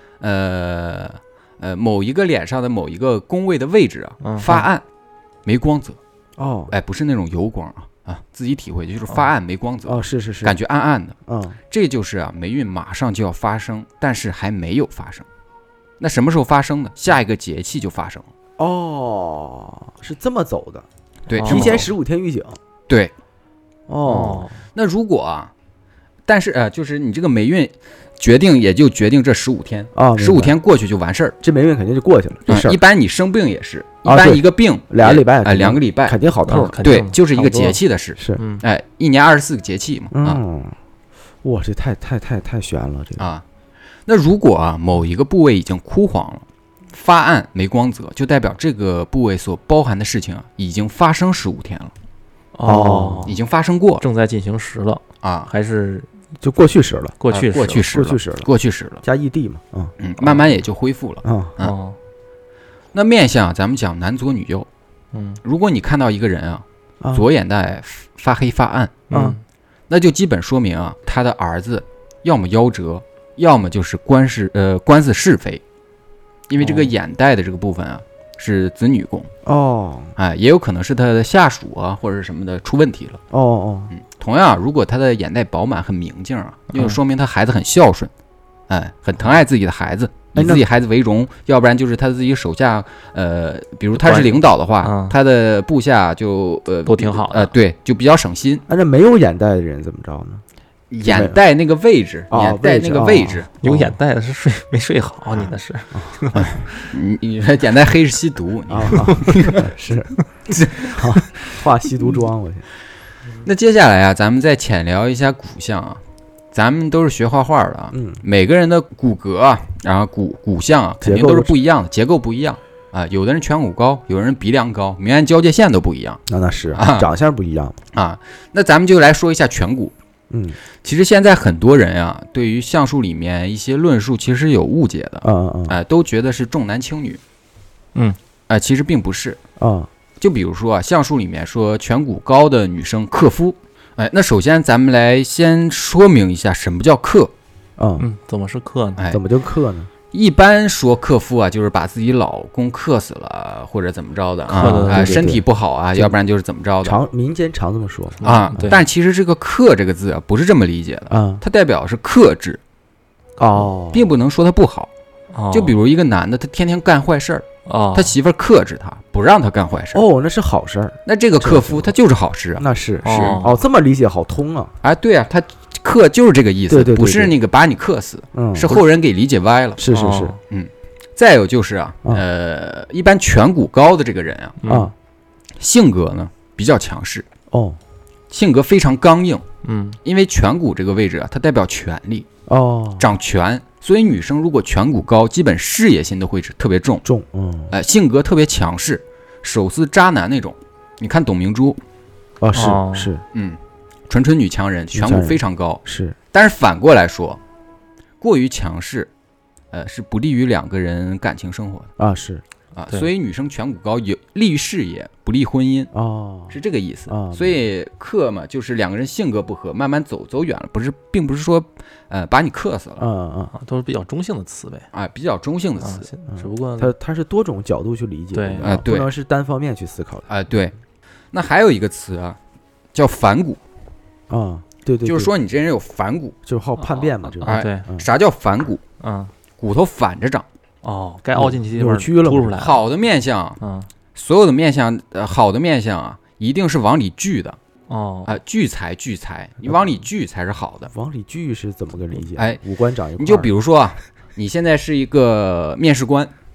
某一个脸上的某一个宫位的位置啊，发暗，没光泽。 哦， 哎，不是那种油光啊，自己体会就是发暗没光泽。 哦，是， 感觉暗暗的。这就是啊，霉运马上就要发生，但是还没有发生。那什么时候发生呢？下一个节气就发生了。 哦，是这么走的。 对， 提前15天预警。 对。 哦， 那如果啊，但是就是你这个霉运决定也就决定这15天啊，15天过去就完事儿， 这霉运肯定就过去了。这事儿一般你生病也是，一般一个病 2个礼拜， 哎，2个礼拜肯定好透。 对，就是一个节气的事。 是， 哎，一年24个节气嘛。 哇，这太悬了，这个啊。那如果啊某一个部位已经枯黄了，发暗没光泽，就代表这个部位所包含的事情啊已经发生15天了。 哦， 已经发生过， 正在进行时了啊， 还是就过去时了？ 过去时了， 加异地嘛， 慢慢也就恢复了。 哦， 那面相咱们讲男左女右，如果你看到一个人啊，左眼袋发黑发暗，那就基本说明啊，他的儿子要么夭折，要么就是官司是非，因为这个眼袋的这个部分啊是子女宫。哎，也有可能是他的下属啊或者什么的出问题了。同样，如果他的眼袋饱满很明净啊，就说明他孩子很孝顺，哎，很疼爱自己的孩子，以自己孩子为荣。要不然就是他自己手下，比如他是领导的话，他的部下就都挺好的， 对，就比较省心。 那没有眼袋的人怎么着呢？ 眼袋那个位置，眼袋那个位置， 有眼袋的是没睡好，你的是， 你说眼袋黑是吸毒， 是，好，化吸毒妆，我天。 那接下来啊，咱们再浅聊一下骨相啊。咱们都是学画画的啊，每个人的骨骼啊，然后骨相啊，肯定都是不一样的，结构不一样啊。有的人颧骨高，有人鼻梁高，明暗交界线都不一样。 那是长相不一样啊。那咱们就来说一下颧骨。其实现在很多人啊，对于相术里面一些论述其实有误解的，都觉得是重男轻女，其实并不是就比如说啊，相术里面说颧骨高的女生克夫，哎，那首先咱们来先说明一下什么叫克， 怎么是克呢？ 怎么就克呢？ 一般说克夫啊，就是把自己老公克死了，或者怎么着的啊，身体不好啊，要不然就是怎么着的。 民间常这么说啊，但其实这个克这个字啊，不是这么理解的，它代表是克制，并不能说他不好。就比如一个男的，他天天干坏事儿，他媳妇儿克制他，不让他干坏事儿，那是好事儿。 那这个克夫他就是好事啊， 那是这么理解好通啊。 哎，对啊，他克就是这个意思，不是那个把你克死，是后人给理解歪了。 是， 再有就是啊，一般颧骨高的这个人啊，性格呢比较强势，性格非常刚硬，因为颧骨这个位置啊，它代表权力，掌权。所以女生如果颧骨高，基本事业心都会特别重，性格特别强势，手撕渣男那种。你看董明珠， 是， 纯纯女强人，颧骨非常高， 是。 但是反过来说，过于强势，是不利于两个人感情生活的是。 所以女生颧骨高有利于事业，不利婚姻是这个意思所以克嘛，就是两个人性格不合，慢慢走远了，并不是说把你克死了都是比较中性的词呗比较中性的词只不过它是多种角度去理解对不能是单方面去思考的对。那还有一个词啊，叫反骨对， 就是说你这人有反骨， 就是好叛变嘛对。 啥叫反骨？骨头反着长。 该凹进去扭曲了， 凸出来。 好的面相，所有的面相，好的面相啊，一定是往里聚的。聚财，你往里聚才是好的。 往里聚是怎么个理解？五官长一块。 你就比如说啊，你现在是一个面试官，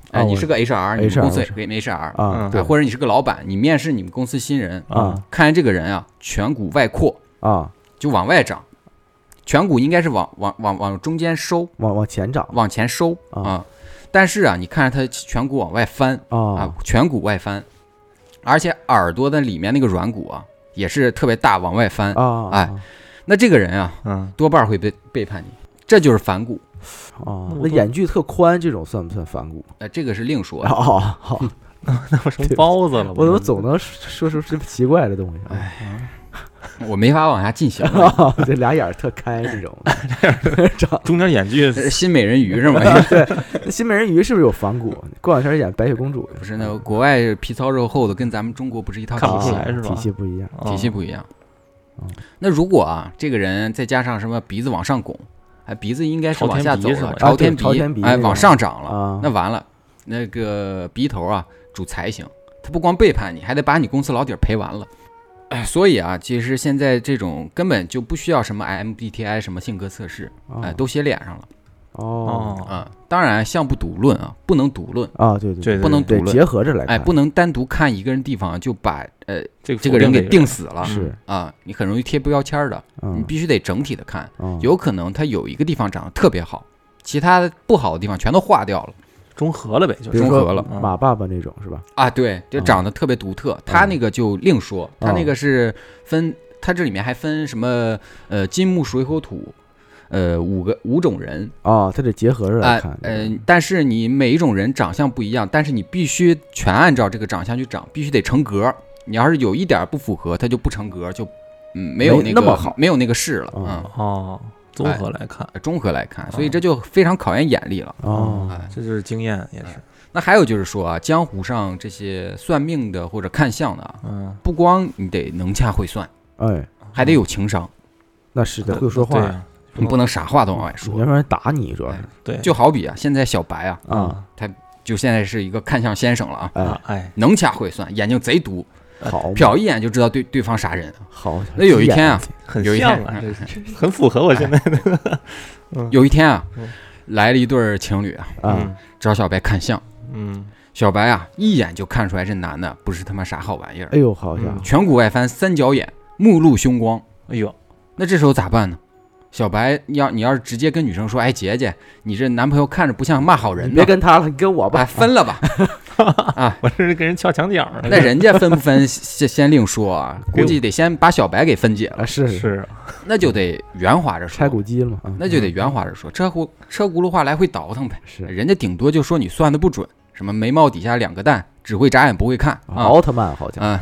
你是个 HR， 你们公司给 HR 啊， 或者你是个老板，你面试你们公司新人啊， 看见这个人啊，颧骨外扩啊， 就往外长，颧骨应该是往中间收， 往前长， 往前收啊。但是啊，你看着他颧骨往外翻啊，颧骨外翻，而且耳朵的里面那个软骨啊，也是特别大，往外翻啊。哎，那这个人啊，多半会背叛你，这就是反骨。 哦，那眼距特宽，这种算不算反骨？ 这个是另说的。 哦，好， 那不成包子了？ 我怎么总能说出这么奇怪的东西？ 哎，我没法往下进行。 这俩眼特开，这种中间眼距， 新美人鱼是吗？ 对，新美人鱼是不是有反骨？过两天演白雪公主， 不是那国外皮糙肉厚的，跟咱们中国不是一套体系， 是吧？ 体系不一样， 体系不一样。那如果啊，这个人再加上什么鼻子往上拱，鼻子应该是往下走了，朝天鼻，哎，往上涨了，那完了，那个鼻头啊主财星，他不光背叛你，还得把你公司老底赔完了。哎，所以啊，其实现在这种根本就不需要什么 MBTI 什么性格测试，哎，都写脸上了。当然相不独论啊，不能独论啊，对， 不能独论， 结合着来看， 哎，不能单独看一个人地方就把这个人给定死了， 是啊，你很容易贴标签的，你必须得整体的看，有可能他有一个地方长得特别好，其他的不好的地方全都划掉了。 中和了呗，就中和了。 马爸爸那种是吧？ 啊，对，就长得特别独特。他那个就另说，他那个是分，他这里面还分什么金木水火土，五种人啊，他得结合着来看。 但是你每一种人长相不一样，但是你必须全按照这个长相去长，必须得成格。你要是有一点不符合，它就不成格，就没有那么好，没有那个势了。 哦。综合来看， 综合来看，所以这就非常考验眼力了。 这就是经验，也是。 那还有就是说啊，江湖上这些算命的或者看相的不光你得能掐会算， 哎， 还得有情商。 那是的，会说话， 你不能啥话都往外说， 要不然打你主要是。 对，就好比啊，现在小白他就现在是一个看相先生了啊，能掐会算，眼睛贼毒。 好， 瞟一眼就知道对方啥人。 好， 那有一天啊， 有一天很符合我现在的。 有一天啊，来了一对情侣找小白看相。小白啊，一眼就看出来这男的不是他妈啥好玩意儿。 哎呦，好家伙， 颧骨外翻，三角眼，目露凶光。 哎呦， 那这时候咋办呢？小白你要是直接跟女生说，哎，姐姐，你这男朋友看着不像骂好人的， 别跟他了，你跟我吧， 分了吧。 我这是跟人撬墙角了。 那人家分不分先另说啊，估计得先把小白给分解了。 是， 那就得圆滑着说， 拆骨机了嘛， 那就得圆滑着说，车轱辘话来回倒腾呗。 是， 人家顶多就说你算的不准，什么眉毛底下2个蛋，只会眨眼不会看。 奥特曼好像。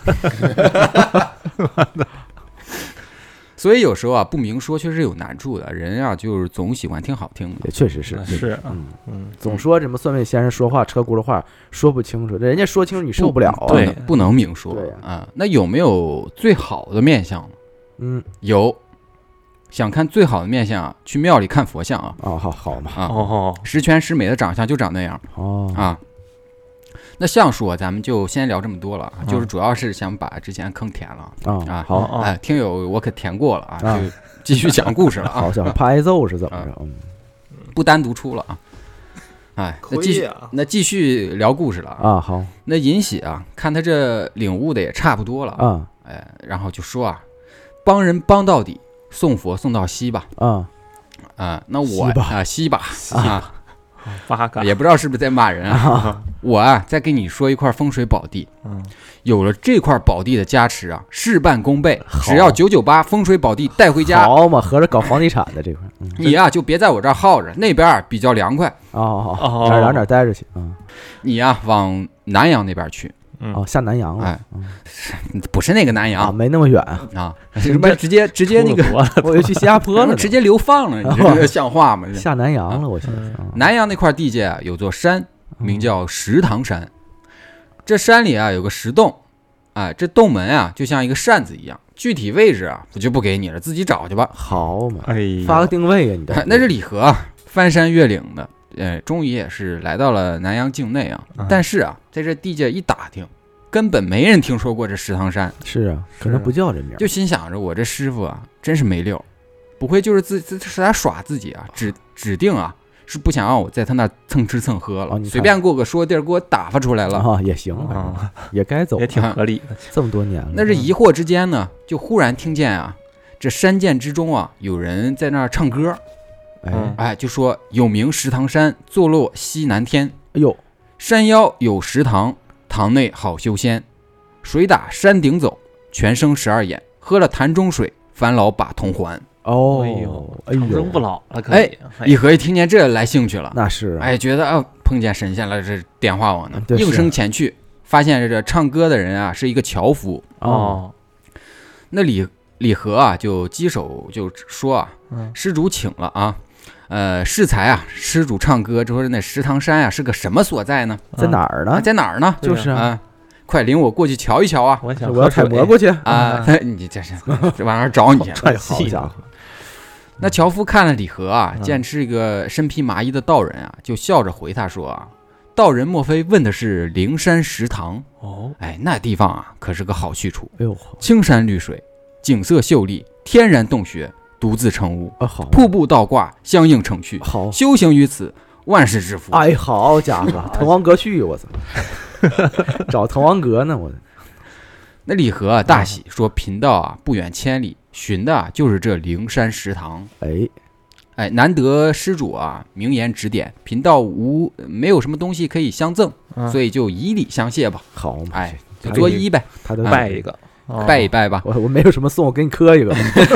所以有时候啊，不明说确实有难处的。人啊，就是总喜欢听好听的， 也确实是，总说什么算命先生说话车轱辘话说不清楚，人家说清楚你受不了， 对，不能明说啊。那有没有最好的面相呢？有。想看最好的面相啊，去庙里看佛像啊。 好嘛十全十美的长相就长那样那相术咱们就先聊这么多了，就是主要是想把之前坑填了好听友我可填过了就继续讲故事了好像怕挨揍是怎么着？ 不单独出了那继续聊故事了好， 那尹喜看他这领悟的也差不多了然后就说帮人帮到底，送佛送到西吧那我西吧也不知道是不是在骂人我再给你说一块风水宝地，有了这块宝地的加持事半功倍，只要998风水宝地带回家。 好嘛，合着搞房地产的这块， 你就别在我这儿耗着，那边比较凉快哪待着去你往南阳那边去。 下南阳了， 不是那个南阳没那么远什么直接那个， 我又去新加坡了， 直接流放了，你这像话吗？ 下南阳了，我现在南阳那块地界有座山，名叫石塘山。这山里有个石洞，这洞门就像一个扇子一样，具体位置我就不给你了，自己找去吧。 好嘛，发个定位你那是李和翻山越岭的。终于也是来到了南阳境内但是在这地界一打听，根本没人听说过这石塘山。 是可能不叫这名， 就心想着我这师傅真是没溜，不会就是是他耍自己指定是不想让我在他那蹭吃蹭喝了， 哦你看随便给我个说地儿，给我打发出来了。 啊，也行， 啊， 也该走也，挺合理的。 这么多年了。 那这疑惑之间呢，就忽然听见啊，这山涧之中啊，有人在那儿唱歌， 哎， 就说有名石堂山，坐落西南天， 哎呦， 山腰有石堂，堂内好修仙，水打山顶走，全生12眼，喝了潭中水，返老把铜还。 哦， 哎呦， 哎呦， 长生不老了，可以。 李和一听见这来兴趣了， 那是， 觉得啊碰见神仙了，这电话我呢， 对是应声前去，发现这唱歌的人啊是一个樵夫。 哦， 那李和啊就稽首就说啊，施主请了啊。适才啊，施主唱歌，就说那石堂山啊是个什么所在呢？ 在哪儿呢？ 在哪儿呢？ 就是啊， 快领我过去瞧一瞧啊！ 我想我要采蘑菇去啊！你这往哪儿找你去？ 哎，好家伙！ 那樵夫看了李和啊，见是一个身披麻衣的道人啊，就笑着回他说啊：“道人莫非问的是灵山石堂？ 哦， 那地方啊可是个好去处， 哎呦， 青山绿水，景色秀丽，天然洞穴。”独自成屋， 好， 瀑布倒挂，相映成趣。 好， 修行于此，万事之福。 哎，好家伙，滕王阁序，我操，找滕王阁呢，我。 那李和啊大喜，说贫道啊不远千里，寻的就是这灵山石堂。哎，难得施主啊明言指点，贫道没有什么东西可以相赠，所以就以礼相谢吧。 好嘛， 就作揖呗， 他都拜一个。 拜一拜吧， 我没有什么送，我给你磕一个，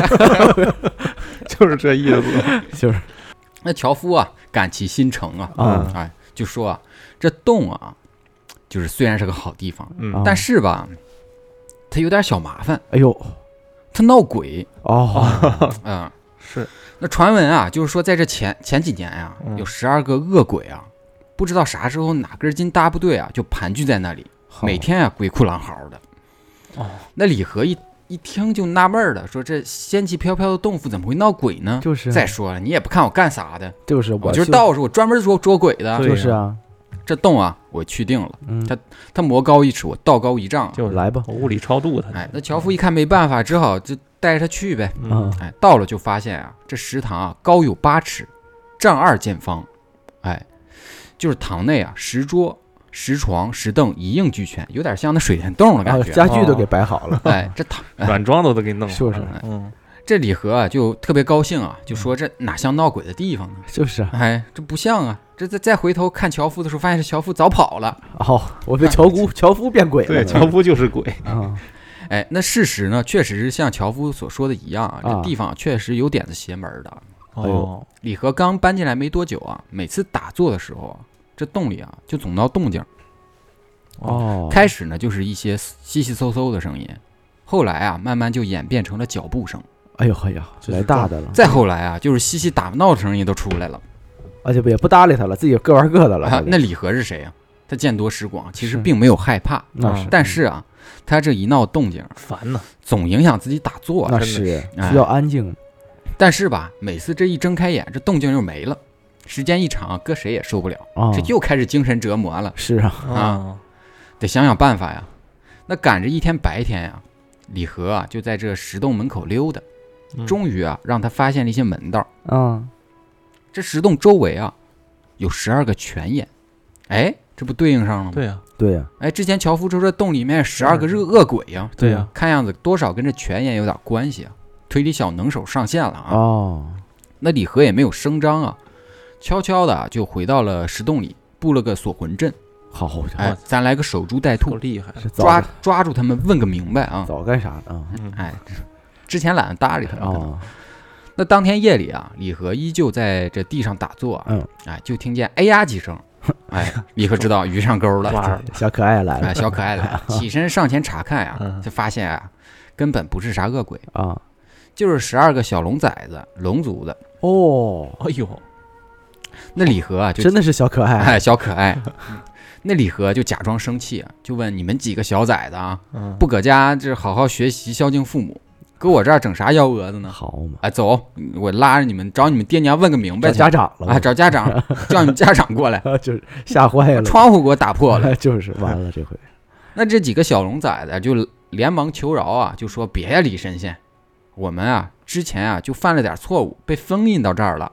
就是这意思， 就是。 那樵夫啊，感其心诚啊，就说啊，这洞啊，就是虽然是个好地方，但是吧，它有点小麻烦。 哎呦， 它闹鬼哦，是。 那传闻啊，就是说在这前几年呀，有12个恶鬼啊，不知道啥时候哪根筋搭不对啊，就盘踞在那里，每天啊鬼哭狼嚎的。那李和一听就纳闷了，说这仙气飘飘的洞府怎么会闹鬼呢？ 就是再说了，你也不看我干啥的， 就是我就是道士，我专门捉鬼的。 就是啊， 这洞啊，我去定了，他魔高1尺，我道高1丈， 就来吧， 我物理超度他。 那樵夫一看没办法，只好就带着他去呗。到了就发现啊，这石堂啊高有8尺，丈2见方，就是堂内啊石桌。石床、石凳一应俱全，有点像那水帘洞的感觉， 家具都给摆好了。 这软装都给弄好了。 就是， 这李和啊就特别高兴啊，就说这哪像闹鬼的地方呢？ 就是啊， 这不像啊。这再回头看樵夫的时候，发现这樵夫早跑了。 我被樵夫变鬼了。 对，樵夫就是鬼啊。 那事实呢，确实是像樵夫所说的一样啊，这地方确实有点子邪门的。李和刚搬进来没多久啊，每次打坐的时候啊。这洞里啊，就总闹动静。开始呢，就是一些稀稀嗖嗖的声音，后来啊，慢慢就演变成了脚步声。 哎呦来大的了。 再后来啊，就是嬉戏打闹的声音都出来了， 而且也不搭理他了，自己各玩各的了。 那李和是谁啊？他见多识广，其实并没有害怕。但是啊，他这一闹动静， 烦呢， 总影响自己打坐。 那是需要安静。 但是吧，每次这一睁开眼，这动静又没了。时间一长，搁谁也受不了，这又开始精神折磨了。 是啊， 得想想办法呀。那赶着一天白天呀，李和啊就在这石洞门口溜达，终于啊让他发现了一些门道。这石洞周围啊有12个泉眼，这不对应上了吗？ 对呀。 之前樵夫说这洞里面12个恶鬼呀， 对呀， 看样子多少跟这泉眼有点关系啊。推理小能手上线了啊。那李和也没有声张啊。悄悄的就回到了石洞里，布了个锁魂阵。 好， 咱来个守株待兔， 厉害， 抓住他们，问个明白啊！ 早干啥啊？ 之前懒得搭理他了。那当天夜里啊，李和依旧在这地上打坐就听见哎呀几声，李和知道鱼上钩了， 小可爱来了， 小可爱来了，起身上前查看呀，就发现啊，根本不是啥恶鬼就是12个小龙崽子，龙族的。 哎呦。 那李和啊，就真的是小可爱， 小可爱。那李和就假装生气啊，就问你们几个小崽子啊，不搁家这好好学习孝敬父母，搁我这儿整啥幺蛾子呢？ 好嘛，走，我拉着你们找你们爹娘问个明白去。 找家长了找家长，叫你们家长过来。 就是吓坏了， 窗户给我打破了， 就是完了这回。 那这几个小龙崽子就连忙求饶啊，就说别呀，李神仙，我们啊之前啊就犯了点错误，被封印到这儿了。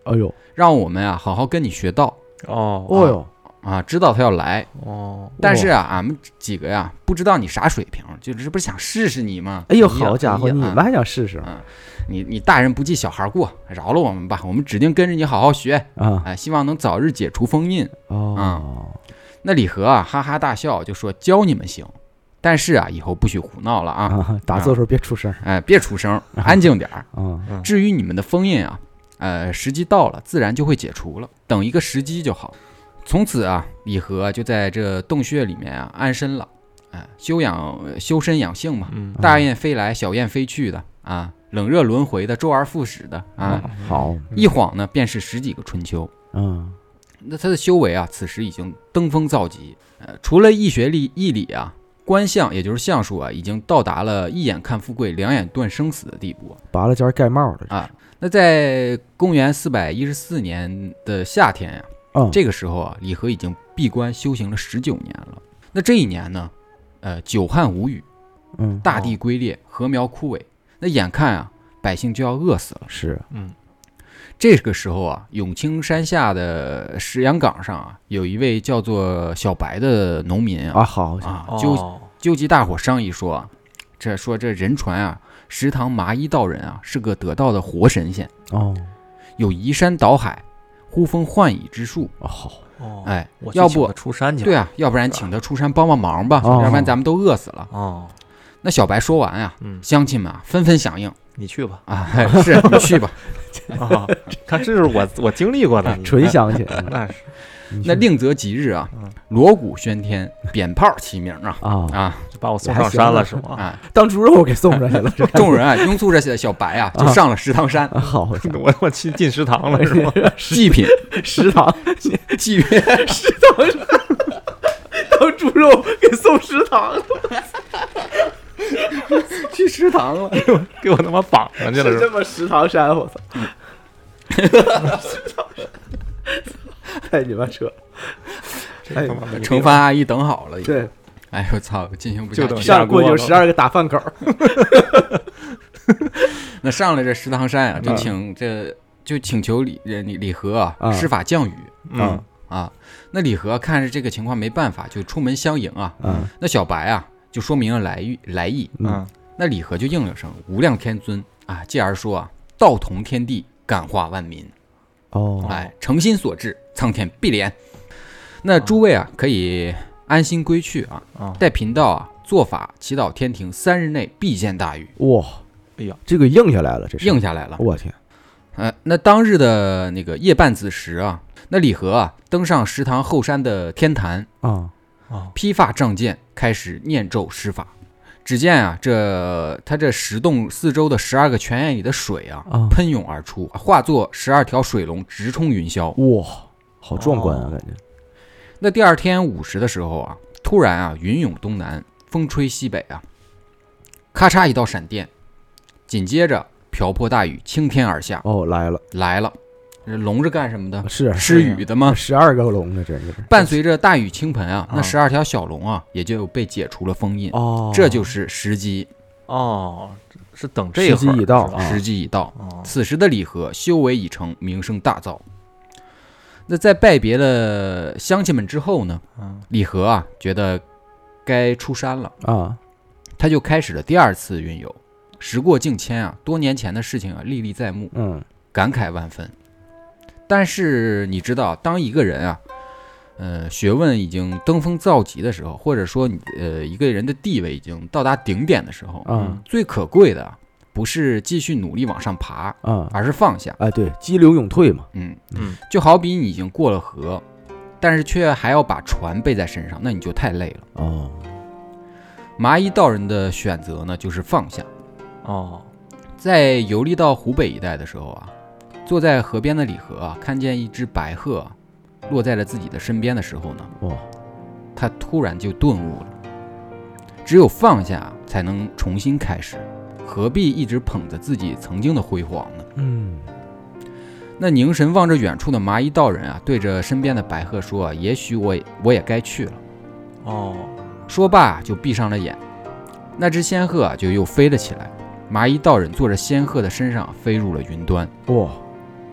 哎呦， 让我们啊好好跟你学道。 哦哟啊，知道他要来哦， 但是啊，俺们几个呀不知道你啥水平，就这不是想试试你吗？ 哎呦，好家伙，你们还想试试？ 你大人不计小孩过，饶了我们吧，我们指定跟着你好好学啊！ 哎，希望能早日解除封印。 哦， 那李和啊哈哈大笑，就说教你们行，但是啊以后不许胡闹了啊！ 打字的时候别出声， 哎，别出声，安静点儿。 至于你们的封印啊，时机到了，自然就会解除了，等一个时机就好。从此啊，李和就在这洞穴里面啊安身了，修身养性嘛，大雁飞来，小雁飞去的啊，冷热轮回的，周而复始的啊， 好， 一晃呢便是10几个春秋。那他的修为啊，此时已经登峰造极，除了易学易理啊，观相也就是相术啊，已经到达了一眼看富贵，两眼断生死的地步， 拔了尖盖帽了啊。那在公元414年的夏天呀。这个时候啊，李和已经闭关修行了19年了。那这一年呢，久旱无雨，大地龟裂，禾苗枯萎，那眼看啊，百姓就要饿死了。 是， 这个时候啊，永清山下的石羊岗上啊，有一位叫做小白的农民啊，纠集大伙商议说，这人传啊，石堂麻衣道人啊是个得道的活神仙有移山倒海。呼风唤雨之术哎，要不出山去？ 对啊，要不然请他出山帮忙吧，要不然咱们都饿死了。那小白说完啊，乡亲们啊纷纷响应， 你去吧啊，是你去吧。 看，这是我经历过的， 纯乡亲， 那是。 那另择吉日啊，锣鼓喧天，鞭炮齐鸣啊， 就把我送上山了是吗？ 啊， 当猪肉给送上去了。 众人啊拥簇着小白啊，就上了食堂山。 好， 我进食堂了是吗？ 祭品食堂， 祭品食堂山，当猪肉给送食堂了。 去食堂了， 给我他妈绑上去了是这么食堂山，我操！太你妈扯！ 哎， 盛饭阿姨等好了。 对， 哎呦操，进行不下去， 上过去有12个打饭口。 那上了这食堂山啊，就请求李和啊施法降雨。那李和看着这个情况没办法，就出门相迎啊。那小白啊就说明了来意。那李和就应了声无量天尊啊，继而说啊道同天地，感化万民。哎，诚心所至，苍天必怜。那诸位啊，可以安心归去啊。待贫道啊做法祈祷天庭，3日内必见大雨。 哇，哎呀，这个应下来了，这是应下来了。 我天！ 那当日的那个夜半子时啊，那李和啊登上食堂后山的天坛披发仗剑，开始念咒施法。只见啊，他这石洞四周的12个泉眼里的水啊，喷涌而出，化作12条水龙，直冲云霄。 哇，好壮观啊，感觉。 那第二天午时的时候啊，突然啊，云涌东南，风吹西北啊，咔嚓一道闪电，紧接着瓢泼大雨倾天而下。来了。龙是干什么的？ 是吃雨的吗 ？12个龙呢，这是。 伴随着大雨倾盆啊，那12条小龙啊，也就被解除了封印。这就是时机。 是等这会儿。 时机已到。此时的李和修为已成，名声大噪。那在拜别了乡亲们之后呢，李和啊觉得该出山了啊，他就开始了第2次云游。时过境迁啊，多年前的事情啊历历在目，感慨万分。但是你知道，当一个人啊，学问已经登峰造极的时候，或者说一个人的地位已经到达顶点的时候，最可贵的不是继续努力往上爬而是放下。 对，激流勇退嘛。 就好比你已经过了河，但是却还要把船背在身上，那你就太累了。麻衣道人的选择呢，就是放下。在游历到湖北一带的时候啊，坐在河边的李和啊，看见一只白鹤落在了自己的身边的时候呢，他突然就顿悟了，只有放下才能重新开始，何必一直捧着自己曾经的辉煌呢？那凝神望着远处的麻衣道人啊，对着身边的白鹤说也许我也该去了。说罢就闭上了眼，那只仙鹤就又飞了起来。麻衣道人坐着仙鹤的身上飞入了云端。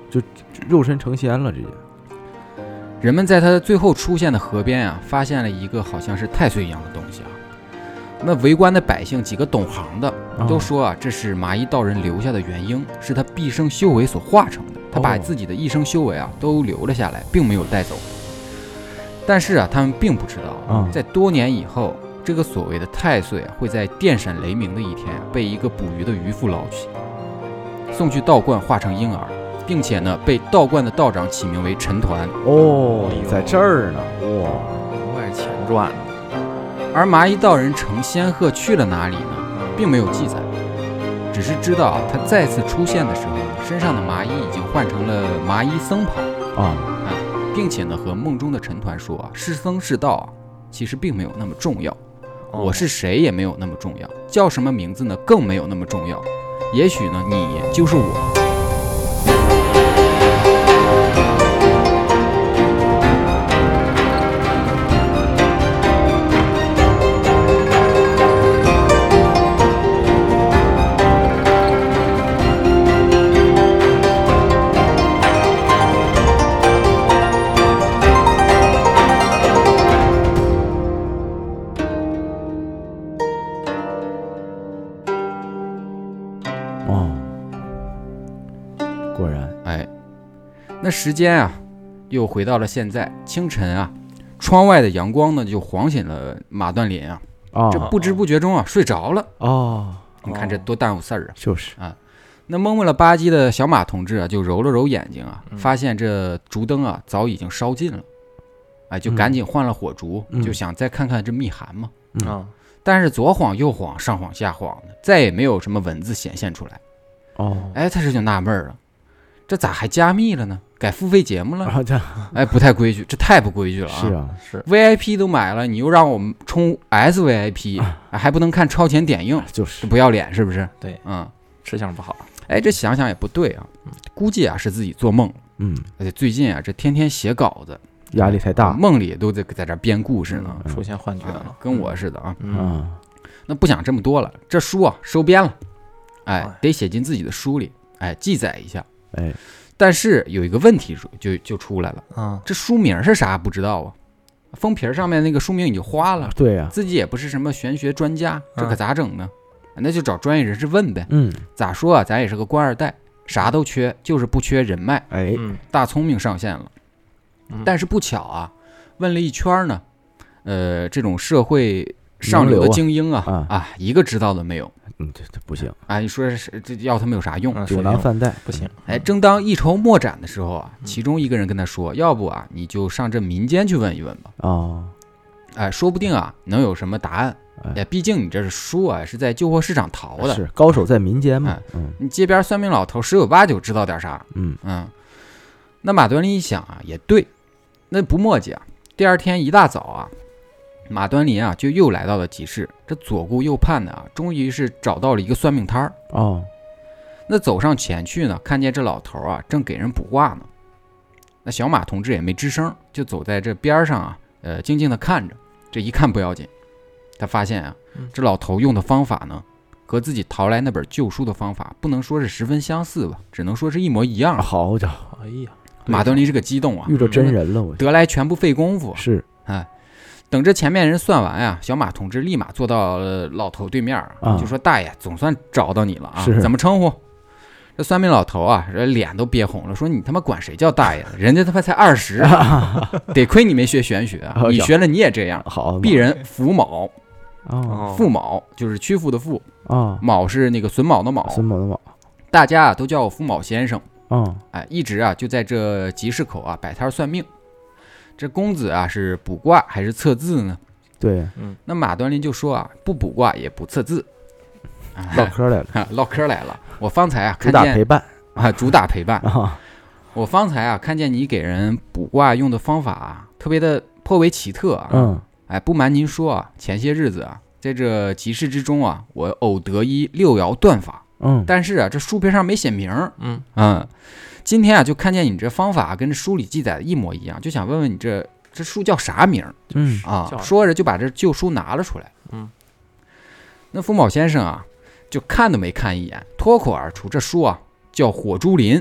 就肉身成仙了，直接。 人们在他最后出现的河边啊，发现了一个好像是太岁一样的东西啊。那围观的百姓几个懂行的都说啊，这是麻衣道人留下的元婴，是他毕生修为所化成的。他把自己的一生修为啊都留了下来，并没有带走。但是啊，他们并不知道，在多年以后，这个所谓的太岁啊，会在电闪雷鸣的一天被一个捕鱼的渔夫捞起，送去道观化成婴儿，并且呢，被道观的道长起名为陈抟。 在这儿呢，哇， 难怪钱赚了。 而麻衣道人乘仙鹤去了哪里呢？并没有记载，只是知道啊，他再次出现的时候，身上的麻衣已经换成了麻衣僧袍并且呢，和梦中的陈抟说啊，是僧是道啊，其实并没有那么重要，我是谁也没有那么重要，叫什么名字呢，更没有那么重要，也许呢，你就是我。 果然， 那时间啊，又回到了现在。清晨啊，窗外的阳光呢，就晃醒了马断林啊。这不知不觉中啊，睡着了。你看这多耽误事儿啊！ 就是啊，那蒙了吧唧的小马同志啊，就揉了揉眼睛啊，发现这烛灯啊，早已经烧尽了。就赶紧换了火烛，就想再看看这密函嘛。但是左晃右晃，上晃下晃的，再也没有什么文字显现出来。他这就纳闷了。这咋还加密了呢？改付费节目了？不太规矩，这太不规矩了啊！ 是啊， 是 VIP 都买了，你又让我们充 SVIP，还不能看超前点映， 就是不要脸是不是？ 对，吃相不好。 这想想也不对啊，估计啊是自己做梦。而且最近啊，这天天写稿子， 压力太大， 梦里都在这编故事呢， 出现幻觉了， 跟我似的啊。那不想这么多了，这书啊收编了，得写进自己的书里，记载一下。但是有一个问题就出来了，这书名是啥不知道啊，封皮上面那个书名已经花了， 对呀， 自己也不是什么玄学专家，这可咋整呢？那就找专业人士问呗。咋说啊，咱也是个官二代，啥都缺，就是不缺人脉。大聪明上线了，但是不巧啊，问了一圈呢，这种社会上流的精英一个知道的没有。 这不行你说这要他们有啥用？ 酒囊饭袋不行。 正当一筹莫展的时候啊，其中一个人跟他说：“要不啊，你就上这民间去问一问吧。说不定啊能有什么答案。毕竟你这是书啊，是在旧货市场淘的， 是高手在民间嘛。 你街边算命老头十有八九知道点啥。那马端林一想啊，也对，那不墨迹啊。第二天一大早啊。”马端林啊，就又来到了集市，这左顾右盼的啊，终于是找到了一个算命摊儿。那走上前去呢，看见这老头啊，正给人卜卦呢。那小马同志也没吱声，就走在这边上啊，静静的看着。这一看不要紧，他发现啊，这老头用的方法呢，和自己淘来那本旧书的方法，不能说是十分相似吧，只能说是一模一样。 好家伙， 哎呀， 马端林是个激动啊， 遇着真人了，我得来全不费功夫。 是， 等这前面人算完呀，小马同志立马坐到老头对面就说：“大爷，总算找到你了啊！怎么称呼？”这算命老头啊，脸都憋红了，说：“你他妈管谁叫大爷？人家他妈才20，得亏你没学玄学啊！你学了你也这样。” 好， 鄙人符卯，父卯就是屈服的父卯是那个孙卯的卯，大家都叫我符卯先生。一直啊就在这集市口啊摆摊算命。这公子啊是卜卦还是测字呢？ 对， 那马端林就说啊，不卜卦也不测字， 唠嗑来了， 唠嗑来了。我方才啊看见主打陪伴主打陪伴。我方才啊看见你给人卜卦用的方法啊，特别的颇为奇特啊。不瞒您说啊，前些日子啊，在这集市之中啊，我偶得一6爻断法，但是啊这书皮上没写名。今天啊，就看见你这方法跟这书里记载的一模一样，就想问问你这书叫啥名？说着就把这旧书拿了出来。那符卯先生啊，就看都没看一眼，脱口而出，这书啊叫《火珠林》。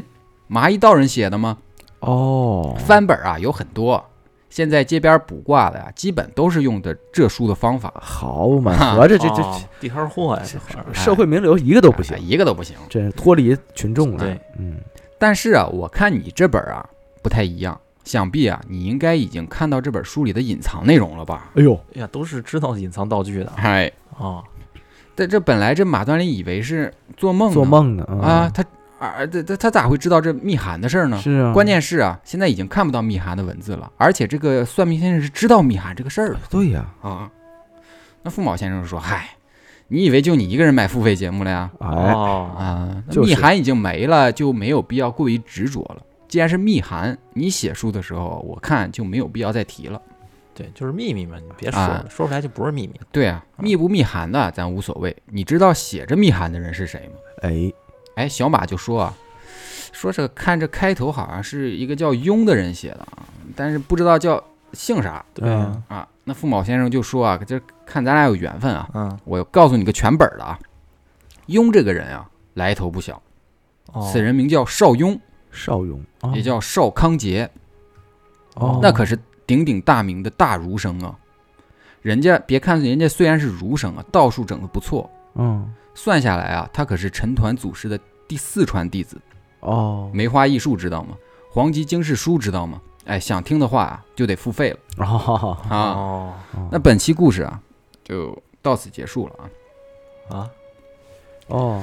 麻衣道人写的吗？ 哦， 翻本啊有很多，现在街边卜卦的呀，基本都是用的这书的方法。 好嘛，合着这地摊货呀， 社会名流一个都不行， 一个都不行， 这脱离群众了。 对， 但是啊，我看你这本啊不太一样，想必啊你应该已经看到这本书里的隐藏内容了吧？ 哎呦呀，都是知道隐藏道具的。 哎，这本来这马端林以为是做梦呢啊，他咋会知道这密函的事儿呢？ 是啊， 关键是啊，现在已经看不到密函的文字了，而且这个算命先生是知道密函这个事儿的。 对呀， 那傅某先生说：“嗨，你以为就你一个人买付费节目了呀？那密函已经没了，就没有必要过于执着了。既然是密函，你写书的时候，我看就没有必要再提了。 对，就是秘密嘛，你别说了，说出来就不是秘密。 对啊，密不密函的咱无所谓。你知道写着密函的人是谁吗？哎，小马就说啊，说这看这开头好像是一个叫雍的人写的啊，但是不知道叫姓啥。 对啊，那傅某先生就说啊，这看咱俩有缘分啊，我告诉你个全本的啊。雍这个人啊，来头不小，此人名叫邵雍，也叫邵康节，那可是鼎鼎大名的大儒生啊。别看人家虽然是儒生啊，道术整得不错，算下来啊，他可是陈抟祖师的第4传弟子。梅花易数知道吗？黄极经世书知道吗？哎，想听的话啊，就得付费了。那本期故事啊，就到此结束了啊。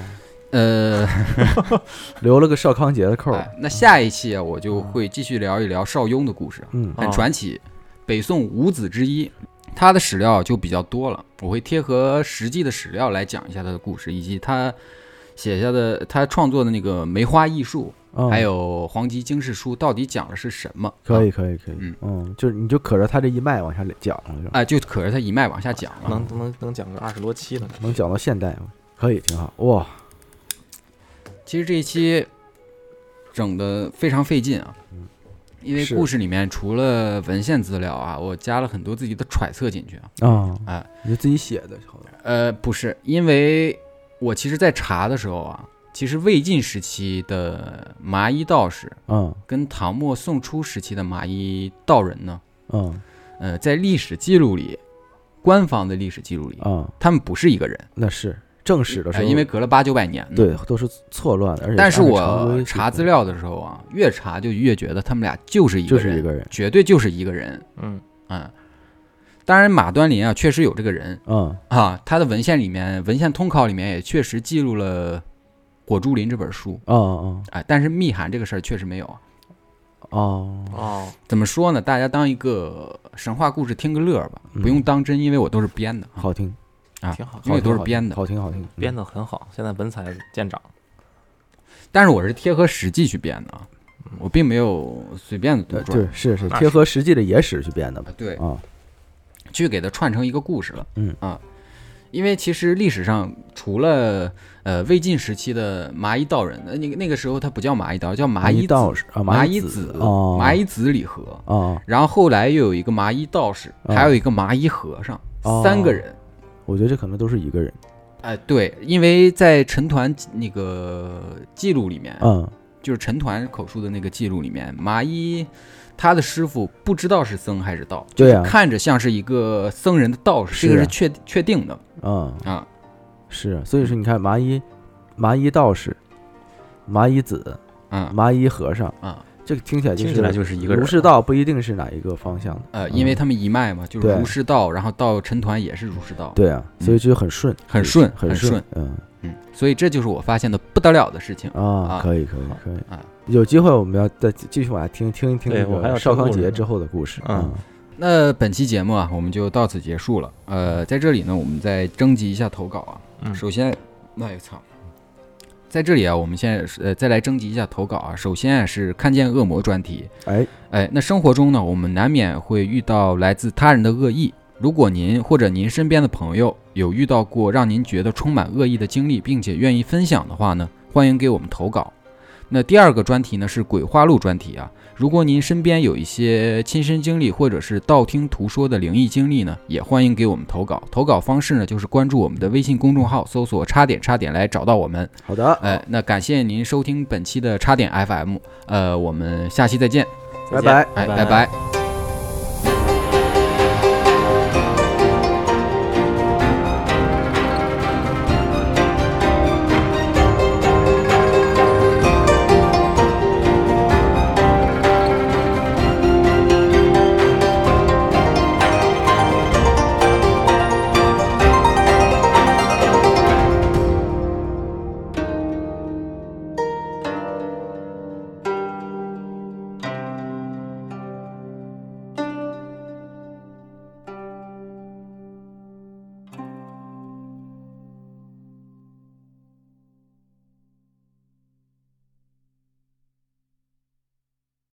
留了个邵康节的扣。 那下一期啊，我就会继续聊一聊邵雍的故事，很传奇，北宋5子之一。他的史料就比较多了，我会贴合实际的史料来讲一下他的故事，以及他写下的他创作的那个梅花易数，还有黄极经世书到底讲的是什么。 可以，就是你就可着他这一脉往下讲了， 就可着他一脉往下讲了， 能讲个20多期了， 能讲到现代，可以，挺好哇。 其实这一期整的非常费劲啊，因为故事里面除了文献资料啊，我加了很多自己的揣测进去你就自己写的？ 不是，因为我其实在查的时候啊，其实魏晋时期的麻衣道士，跟唐末宋初时期的麻衣道人呢，在历史记录里，官方的历史记录里，他们不是一个人。 那是正史的时候， 因为隔了800-900年， 对，都是错乱的。而且但是我查资料的时候啊，越查就越觉得他们俩就是一个人，绝对就是一个人。当然马端林啊，确实有这个人，他的文献通考里面也确实记录了《火竹林》这本书，但是密函这个事儿确实没有啊。怎么说呢？大家当一个神话故事听个乐吧，不用当真，因为我都是编的， 好听。 挺好， 因为都是编的， 好听， 编的很好。现在文采见长， 但是我是贴合实际去编的啊，我并没有随便的杜撰， 对，是贴合实际的野史去编的吧？ 对去给它串成一个故事了，因为其实历史上除了魏晋时期的麻衣道人，那个时候他不叫麻衣道，叫麻衣道士， 麻衣子李和然后后来又有一个麻衣道士，还有一个麻衣和尚，3个人。 我觉得这可能都是一个人， 对，因为在陈抟那个记录里面，就是陈抟口述的那个记录里面，麻衣他的师傅不知道是僧还是道， 对啊， 看着像是一个僧人的道士，这个是确定的， 是啊，所以说你看麻衣道士、麻衣子、麻衣和尚这个听起来就是一个人。 儒释道不一定是哪一个方向的， 因为他们一脉嘛，就是儒释道，然后到陈抟也是儒释道。 对啊，所以就很顺， 很顺。所以这就是我发现的不得了的事情啊！可以有机会我们要再继续往下听一听那个邵康节之后的故事。 那本期节目啊，我们就到此结束了。在这里呢，我们再征集一下投稿啊。首先，在这里啊，我们现在再来征集一下投稿啊。首先是看见恶魔专题。那生活中呢，我们难免会遇到来自他人的恶意。如果您或者您身边的朋友有遇到过让您觉得充满恶意的经历，并且愿意分享的话呢，欢迎给我们投稿。 那第2个专题呢是鬼话录专题啊。如果您身边有一些亲身经历或者是道听途说的灵异经历呢，也欢迎给我们投稿。投稿方式呢就是关注我们的微信公众号，搜索插点来找到我们。 好的， 那感谢您收听本期的插点 FM，我们下期再见， 拜拜， 拜拜。